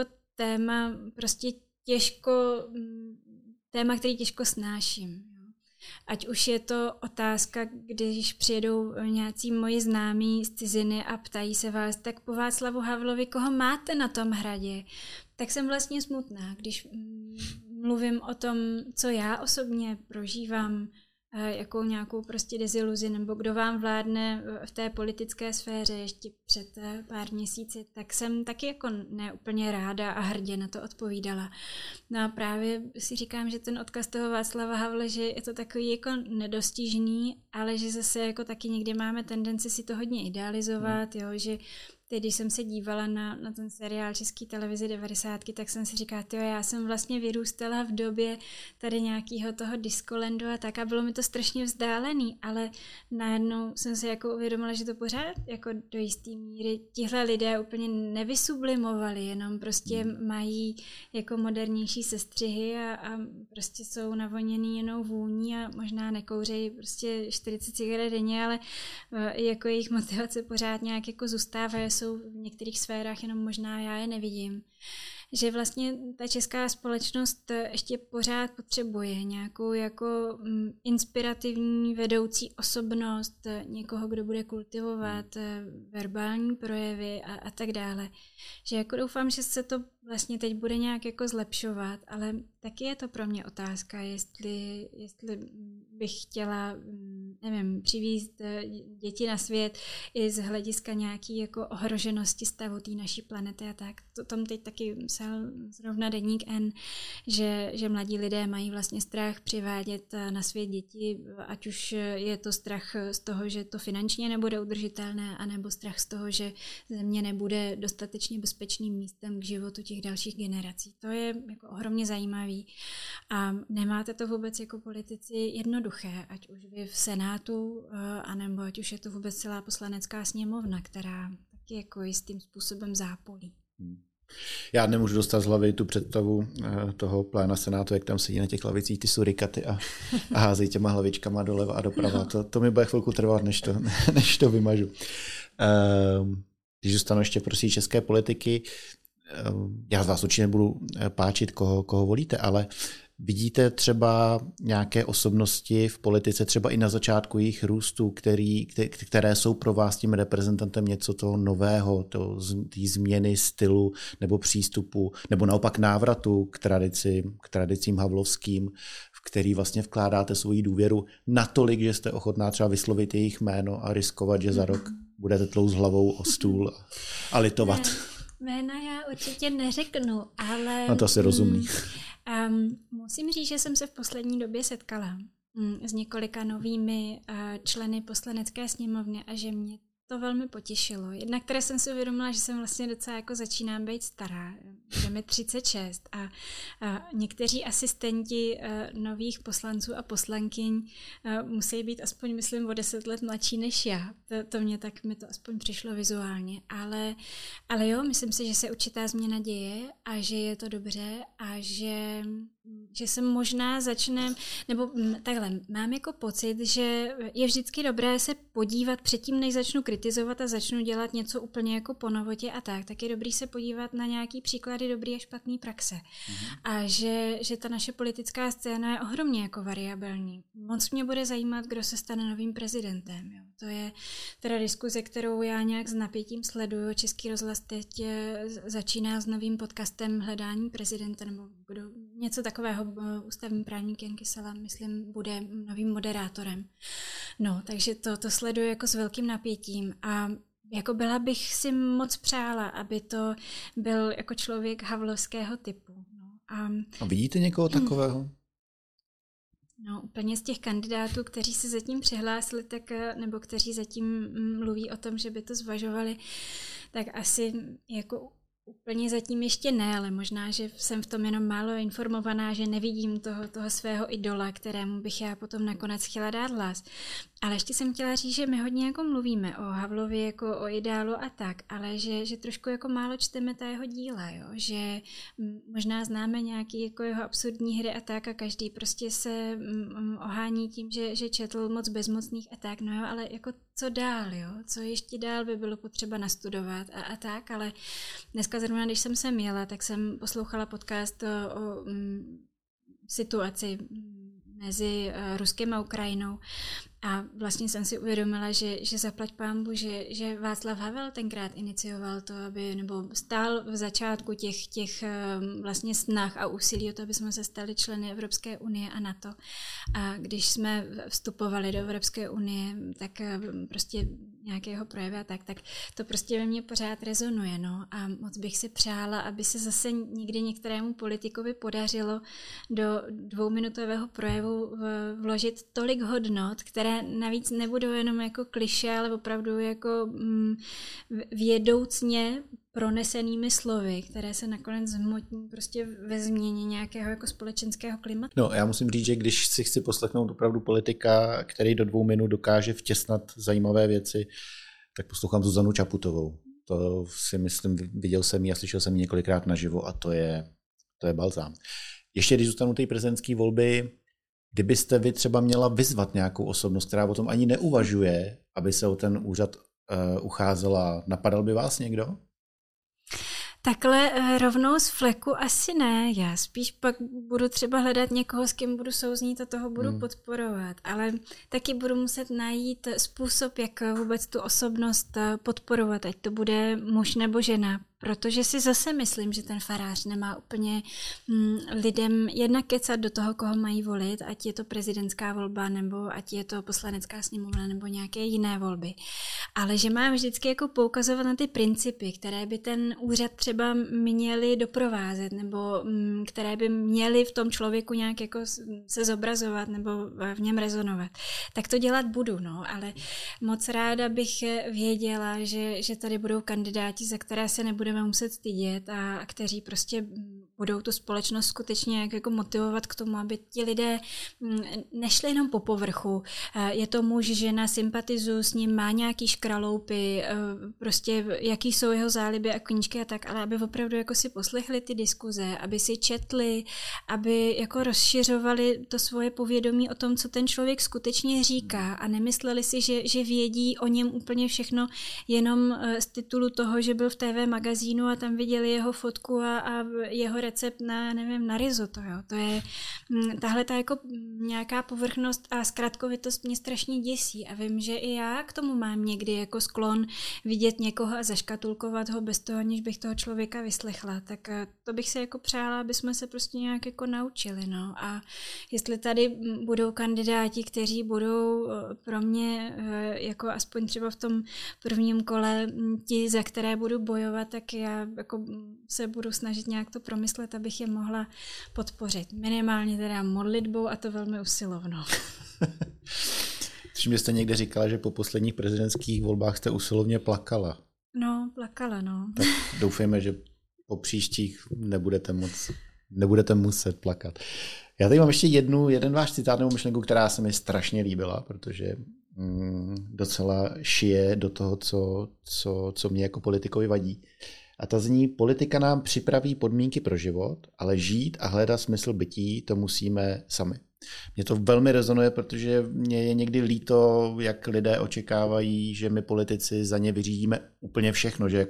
téma, který těžko snáším. Ať už je to otázka, když přijedou nějací moji známí z ciziny a ptají se vás, tak po Václavu Havlovi, koho máte na tom hradě, tak jsem vlastně smutná, když mluvím o tom, co já osobně prožívám, jakou nějakou prostě deziluzi, nebo kdo vám vládne v té politické sféře ještě před pár měsíci, tak jsem taky jako neúplně ráda a hrdě na to odpovídala. No a právě si říkám, že ten odkaz toho Václava Havla, že je to takový jako nedostižný, ale že zase jako taky někdy máme tendenci si to hodně idealizovat, jo, že teď, když jsem se dívala na ten seriál České televize 90, tak jsem si říkala, já jsem vlastně vyrůstala v době tady nějakého toho Discolandu a tak a bylo mi to strašně vzdálený, ale najednou jsem se jako uvědomila, že to pořád jako do jistý míry tihle lidé úplně nevysublimovali, jenom prostě mají jako modernější sestřihy a prostě jsou navoněný jenom vůní a možná nekouřejí prostě 40 cigaret denně, ale jako jejich motivace pořád nějak jako zůstávají, jsou v některých sférách, jenom možná já je nevidím. Že vlastně ta česká společnost ještě pořád potřebuje nějakou jako inspirativní vedoucí osobnost, někoho, kdo bude kultivovat verbální projevy a tak dále. Že jako doufám, že se to vlastně teď bude nějak jako zlepšovat, ale taky je to pro mě otázka, jestli bych chtěla, nevím, přivízt děti na svět i z hlediska nějaký jako ohroženosti stavu té naší planety a tak. To tam teď taky psal zrovna deník N, že mladí lidé mají vlastně strach přivádět na svět děti, ať už je to strach z toho, že to finančně nebude udržitelné, anebo strach z toho, že Země nebude dostatečně bezpečným místem k životu těch dalších generací. To je jako ohromně zajímavý a nemáte to vůbec jako politici jednoduché, ať už vy v Senátu, anebo ať už je to vůbec celá poslanecká sněmovna, která taky jako jistým způsobem zápolí. Já nemůžu dostat z hlavy tu představu toho pléna Senátu, jak tam sedí na těch lavicích ty surikaty a házejí těma hlavičkama doleva a doprava. No. To mi bude chvilku trvat, než to vymažu. Když zůstanu ještě prosím české politiky, já z vás určitě nebudu páčit, koho volíte, ale vidíte třeba nějaké osobnosti v politice, třeba i na začátku jejich růstu, které jsou pro vás tím reprezentantem něco toho nového, té změny stylu nebo přístupu, nebo naopak návratu k tradicím havlovským, v který vlastně vkládáte svoji důvěru natolik, že jste ochotná třeba vyslovit jejich jméno a riskovat, že za rok budete tlouct hlavou o stůl a litovat. Jména já určitě neřeknu, ale... No to asi rozumný. Musím říct, že jsem se v poslední době setkala s několika novými členy poslanecké sněmovny a že mě to velmi potěšilo. Jednak které jsem si uvědomila, že jsem vlastně docela jako začínám být stará. Je mi 36 a někteří asistenti nových poslanců a poslankyň musí být aspoň, myslím, o 10 let mladší než já. Tak mi to aspoň přišlo vizuálně. Ale jo, myslím si, že se určitá změna děje a že je to dobře a že se možná začne, nebo takhle, mám jako pocit, že je vždycky dobré se podívat předtím, než začnu kritizovat a začnu dělat něco úplně jako po novotě a tak je dobrý se podívat na nějaký příklady dobrý a špatný praxe. A že ta naše politická scéna je ohromně jako variabilní. Moc mě bude zajímat, kdo se stane novým prezidentem. Jo. To je teda diskuze, kterou já nějak s napětím sleduju. Český rozhlas teď začíná s novým podcastem Hledání prezidenta, nebo něco takového. Ústavní právník Jan Kysela, myslím, bude novým moderátorem. No, takže to sleduju jako s velkým napětím a jako byla bych si moc přála, aby to byl jako člověk havlovského typu. No, a vidíte někoho takového? No, úplně z těch kandidátů, kteří se zatím přihlásili, nebo kteří zatím mluví o tom, že by to zvažovali, tak asi jako úplně zatím ještě ne, ale možná, že jsem v tom jenom málo informovaná, že nevidím toho svého idola, kterému bych já potom nakonec chtěla dát hlas. Ale ještě jsem chtěla říct, že my hodně jako mluvíme o Havlovi jako o ideálu a tak, ale že trošku jako málo čteme ta jeho díla, jo? Že možná známe nějaký jako jeho absurdní hry a tak a každý prostě se ohání tím, že četl moc bezmocných a tak, no jo, ale jako co dál, jo? Co ještě dál by bylo potřeba nastudovat a tak, ale dneska zrovna, když jsem sem jela, tak jsem poslouchala podcast o situaci mezi Ruskem a Ukrajinou a vlastně jsem si uvědomila, že zaplať pánbu, že Václav Havel tenkrát inicioval to, nebo stál v začátku těch vlastně snah a úsilí o to, aby jsme se stali členy Evropské unie a NATO. A když jsme vstupovali do Evropské unie, tak prostě nějakého projevy a tak to prostě ve mně pořád rezonuje. No. A moc bych si přála, aby se zase někdy některému politikovi podařilo do 2minutového projevu vložit tolik hodnot, které navíc nebudou jenom jako klišé, ale opravdu jako vědoucně pronesenými slovy, které se nakonec zhmotní prostě ve změně nějakého jako společenského klimatu. No, já musím říct, že když si chci poslechnout opravdu politika, který do 2 minut dokáže vtěsnat zajímavé věci, tak poslouchám Zuzanu Čaputovou. To si myslím, viděl jsem ji a slyšel jsem ji několikrát naživo a to je balzám. Ještě když zůstanu té prezidentské volby, kdybyste vy třeba měla vyzvat nějakou osobnost, která o tom ani neuvažuje, aby se o ten úřad ucházela, napadal by vás někdo? Takhle rovnou z fleku asi ne, já spíš pak budu třeba hledat někoho, s kým budu souznít a toho budu podporovat, ale taky budu muset najít způsob, jak vůbec tu osobnost podporovat, ať to bude muž nebo žena, protože si zase myslím, že ten farář nemá úplně lidem jednak kecat do toho, koho mají volit, ať je to prezidentská volba, nebo ať je to poslanecká sněmovna, nebo nějaké jiné volby. Ale že má vždycky jako poukazovat na ty principy, které by ten úřad třeba měli doprovázet, nebo které by měly v tom člověku nějak jako se zobrazovat, nebo v něm rezonovat. Tak to dělat budu, no, ale moc ráda bych věděla, že tady budou kandidáti, za které se nebudeme muset stydět a kteří prostě budou tu společnost skutečně jako motivovat k tomu, aby ti lidé nešli jenom po povrchu. Je to muž, žena, sympatizuju s ním, má nějaký škraloupy, prostě jaký jsou jeho záliby a koníčky a tak, ale aby opravdu jako si poslechli ty diskuze, aby si četli, aby jako rozšiřovali to svoje povědomí o tom, co ten člověk skutečně říká a nemysleli si, že vědí o něm úplně všechno jenom z titulu toho, že byl v TV magazínu a tam viděli jeho fotku a jeho recept na risotto. Jo. To je tahle ta jako nějaká povrchnost a zkratkovitost mě strašně děsí a vím, že i já k tomu mám někdy jako sklon vidět někoho a zaškatulkovat ho bez toho, aniž bych toho člověka vyslechla. Tak to bych se jako přála, aby jsme se prostě nějak jako naučili. No. A jestli tady budou kandidáti, kteří budou pro mě jako aspoň třeba v tom prvním kole ti, za které budu bojovat, tak já jako se budu snažit nějak to promyslet, abych je mohla podpořit. Minimálně teda modlitbou a to velmi usilovnou. Což mě jste někde říkala, že po posledních prezidentských volbách jste usilovně plakala. No, plakala, no. Tak doufejme, že po příštích nebudete muset plakat. Já tady mám ještě jeden váš citát nebo myšlenku, která se mi strašně líbila, protože docela šije do toho, co mě jako politikovi vadí. A ta zní: politika nám připraví podmínky pro život, ale žít a hledat smysl bytí, to musíme sami. Mně to velmi rezonuje, protože mě je někdy líto, jak lidé očekávají, že my politici za ně vyřídíme úplně všechno, že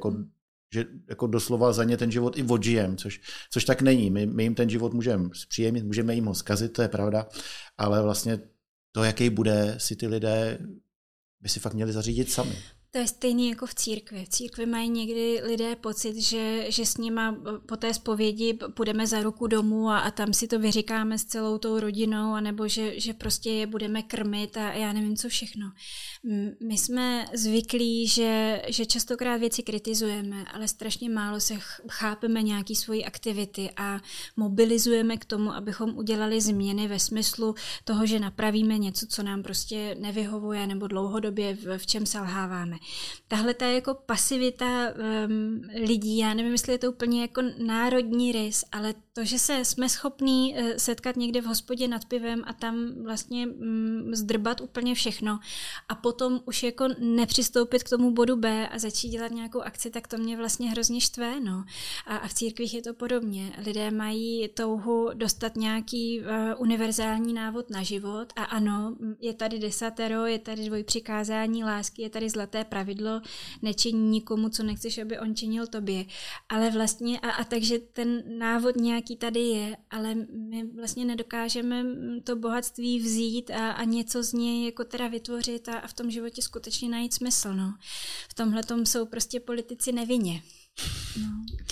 jako doslova za ně ten život i odžijem, což tak není. My jim ten život můžeme zpříjemnit, můžeme jim ho zkazit, to je pravda, ale vlastně to, jaký bude, si ty lidé by si fakt měli zařídit sami. To je stejný jako v církvi. V církvi mají někdy lidé pocit, že s nima po té zpovědi půjdeme za ruku domů a tam si to vyříkáme s celou tou rodinou, anebo že prostě je budeme krmit a já nevím co všechno. My jsme zvyklí, že častokrát věci kritizujeme, ale strašně málo se chápeme nějaký svoji aktivity a mobilizujeme k tomu, abychom udělali změny ve smyslu toho, že napravíme něco, co nám prostě nevyhovuje nebo dlouhodobě v čem selháváme. Tahle ta jako pasivita lidí, já nevím, jestli je to úplně jako národní rys, ale to, že jsme schopní setkat někde v hospodě nad pivem a tam vlastně zdrbat úplně všechno a potom už jako nepřistoupit k tomu bodu B a začít dělat nějakou akci, tak to mě vlastně hrozně štve. No. A v církvích je to podobně. Lidé mají touhu dostat nějaký univerzální návod na život a ano, je tady desatero, je tady dvojpřikázání lásky, je tady zlaté pravidlo, nečiní nikomu, co nechceš, aby on činil tobě. Ale vlastně, a takže ten návod nějaký tady je, ale my vlastně nedokážeme to bohatství vzít a něco z něj jako teda vytvořit a v tom životě skutečně najít smysl. No. V tomhletom jsou prostě politici nevinně. No.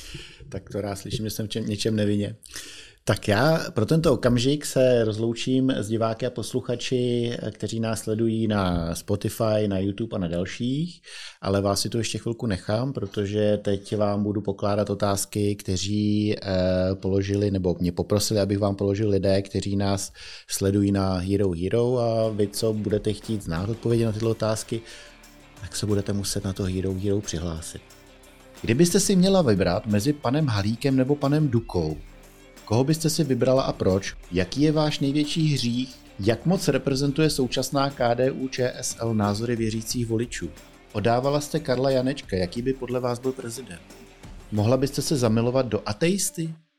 Tak to rád slyším, že jsem něčem nevinně. Tak já pro tento okamžik se rozloučím s diváky a posluchači, kteří nás sledují na Spotify, na YouTube a na dalších, ale vás si tu ještě chvilku nechám, protože teď vám budu pokládat otázky, kteří položili, nebo mě poprosili, abych vám položil lidé, kteří nás sledují na Hero Hero a vy, co budete chtít znát odpovědi na tyto otázky, tak se budete muset na to Hero Hero přihlásit. Kdybyste si měla vybrat mezi panem Halíkem nebo panem Dukou, koho byste si vybrala a proč? Jaký je váš největší hřích? Jak moc reprezentuje současná KDU-ČSL názory věřících voličů? Odávala jste Karla Janečka, jaký by podle vás byl prezident? Mohla byste se zamilovat do ateisty?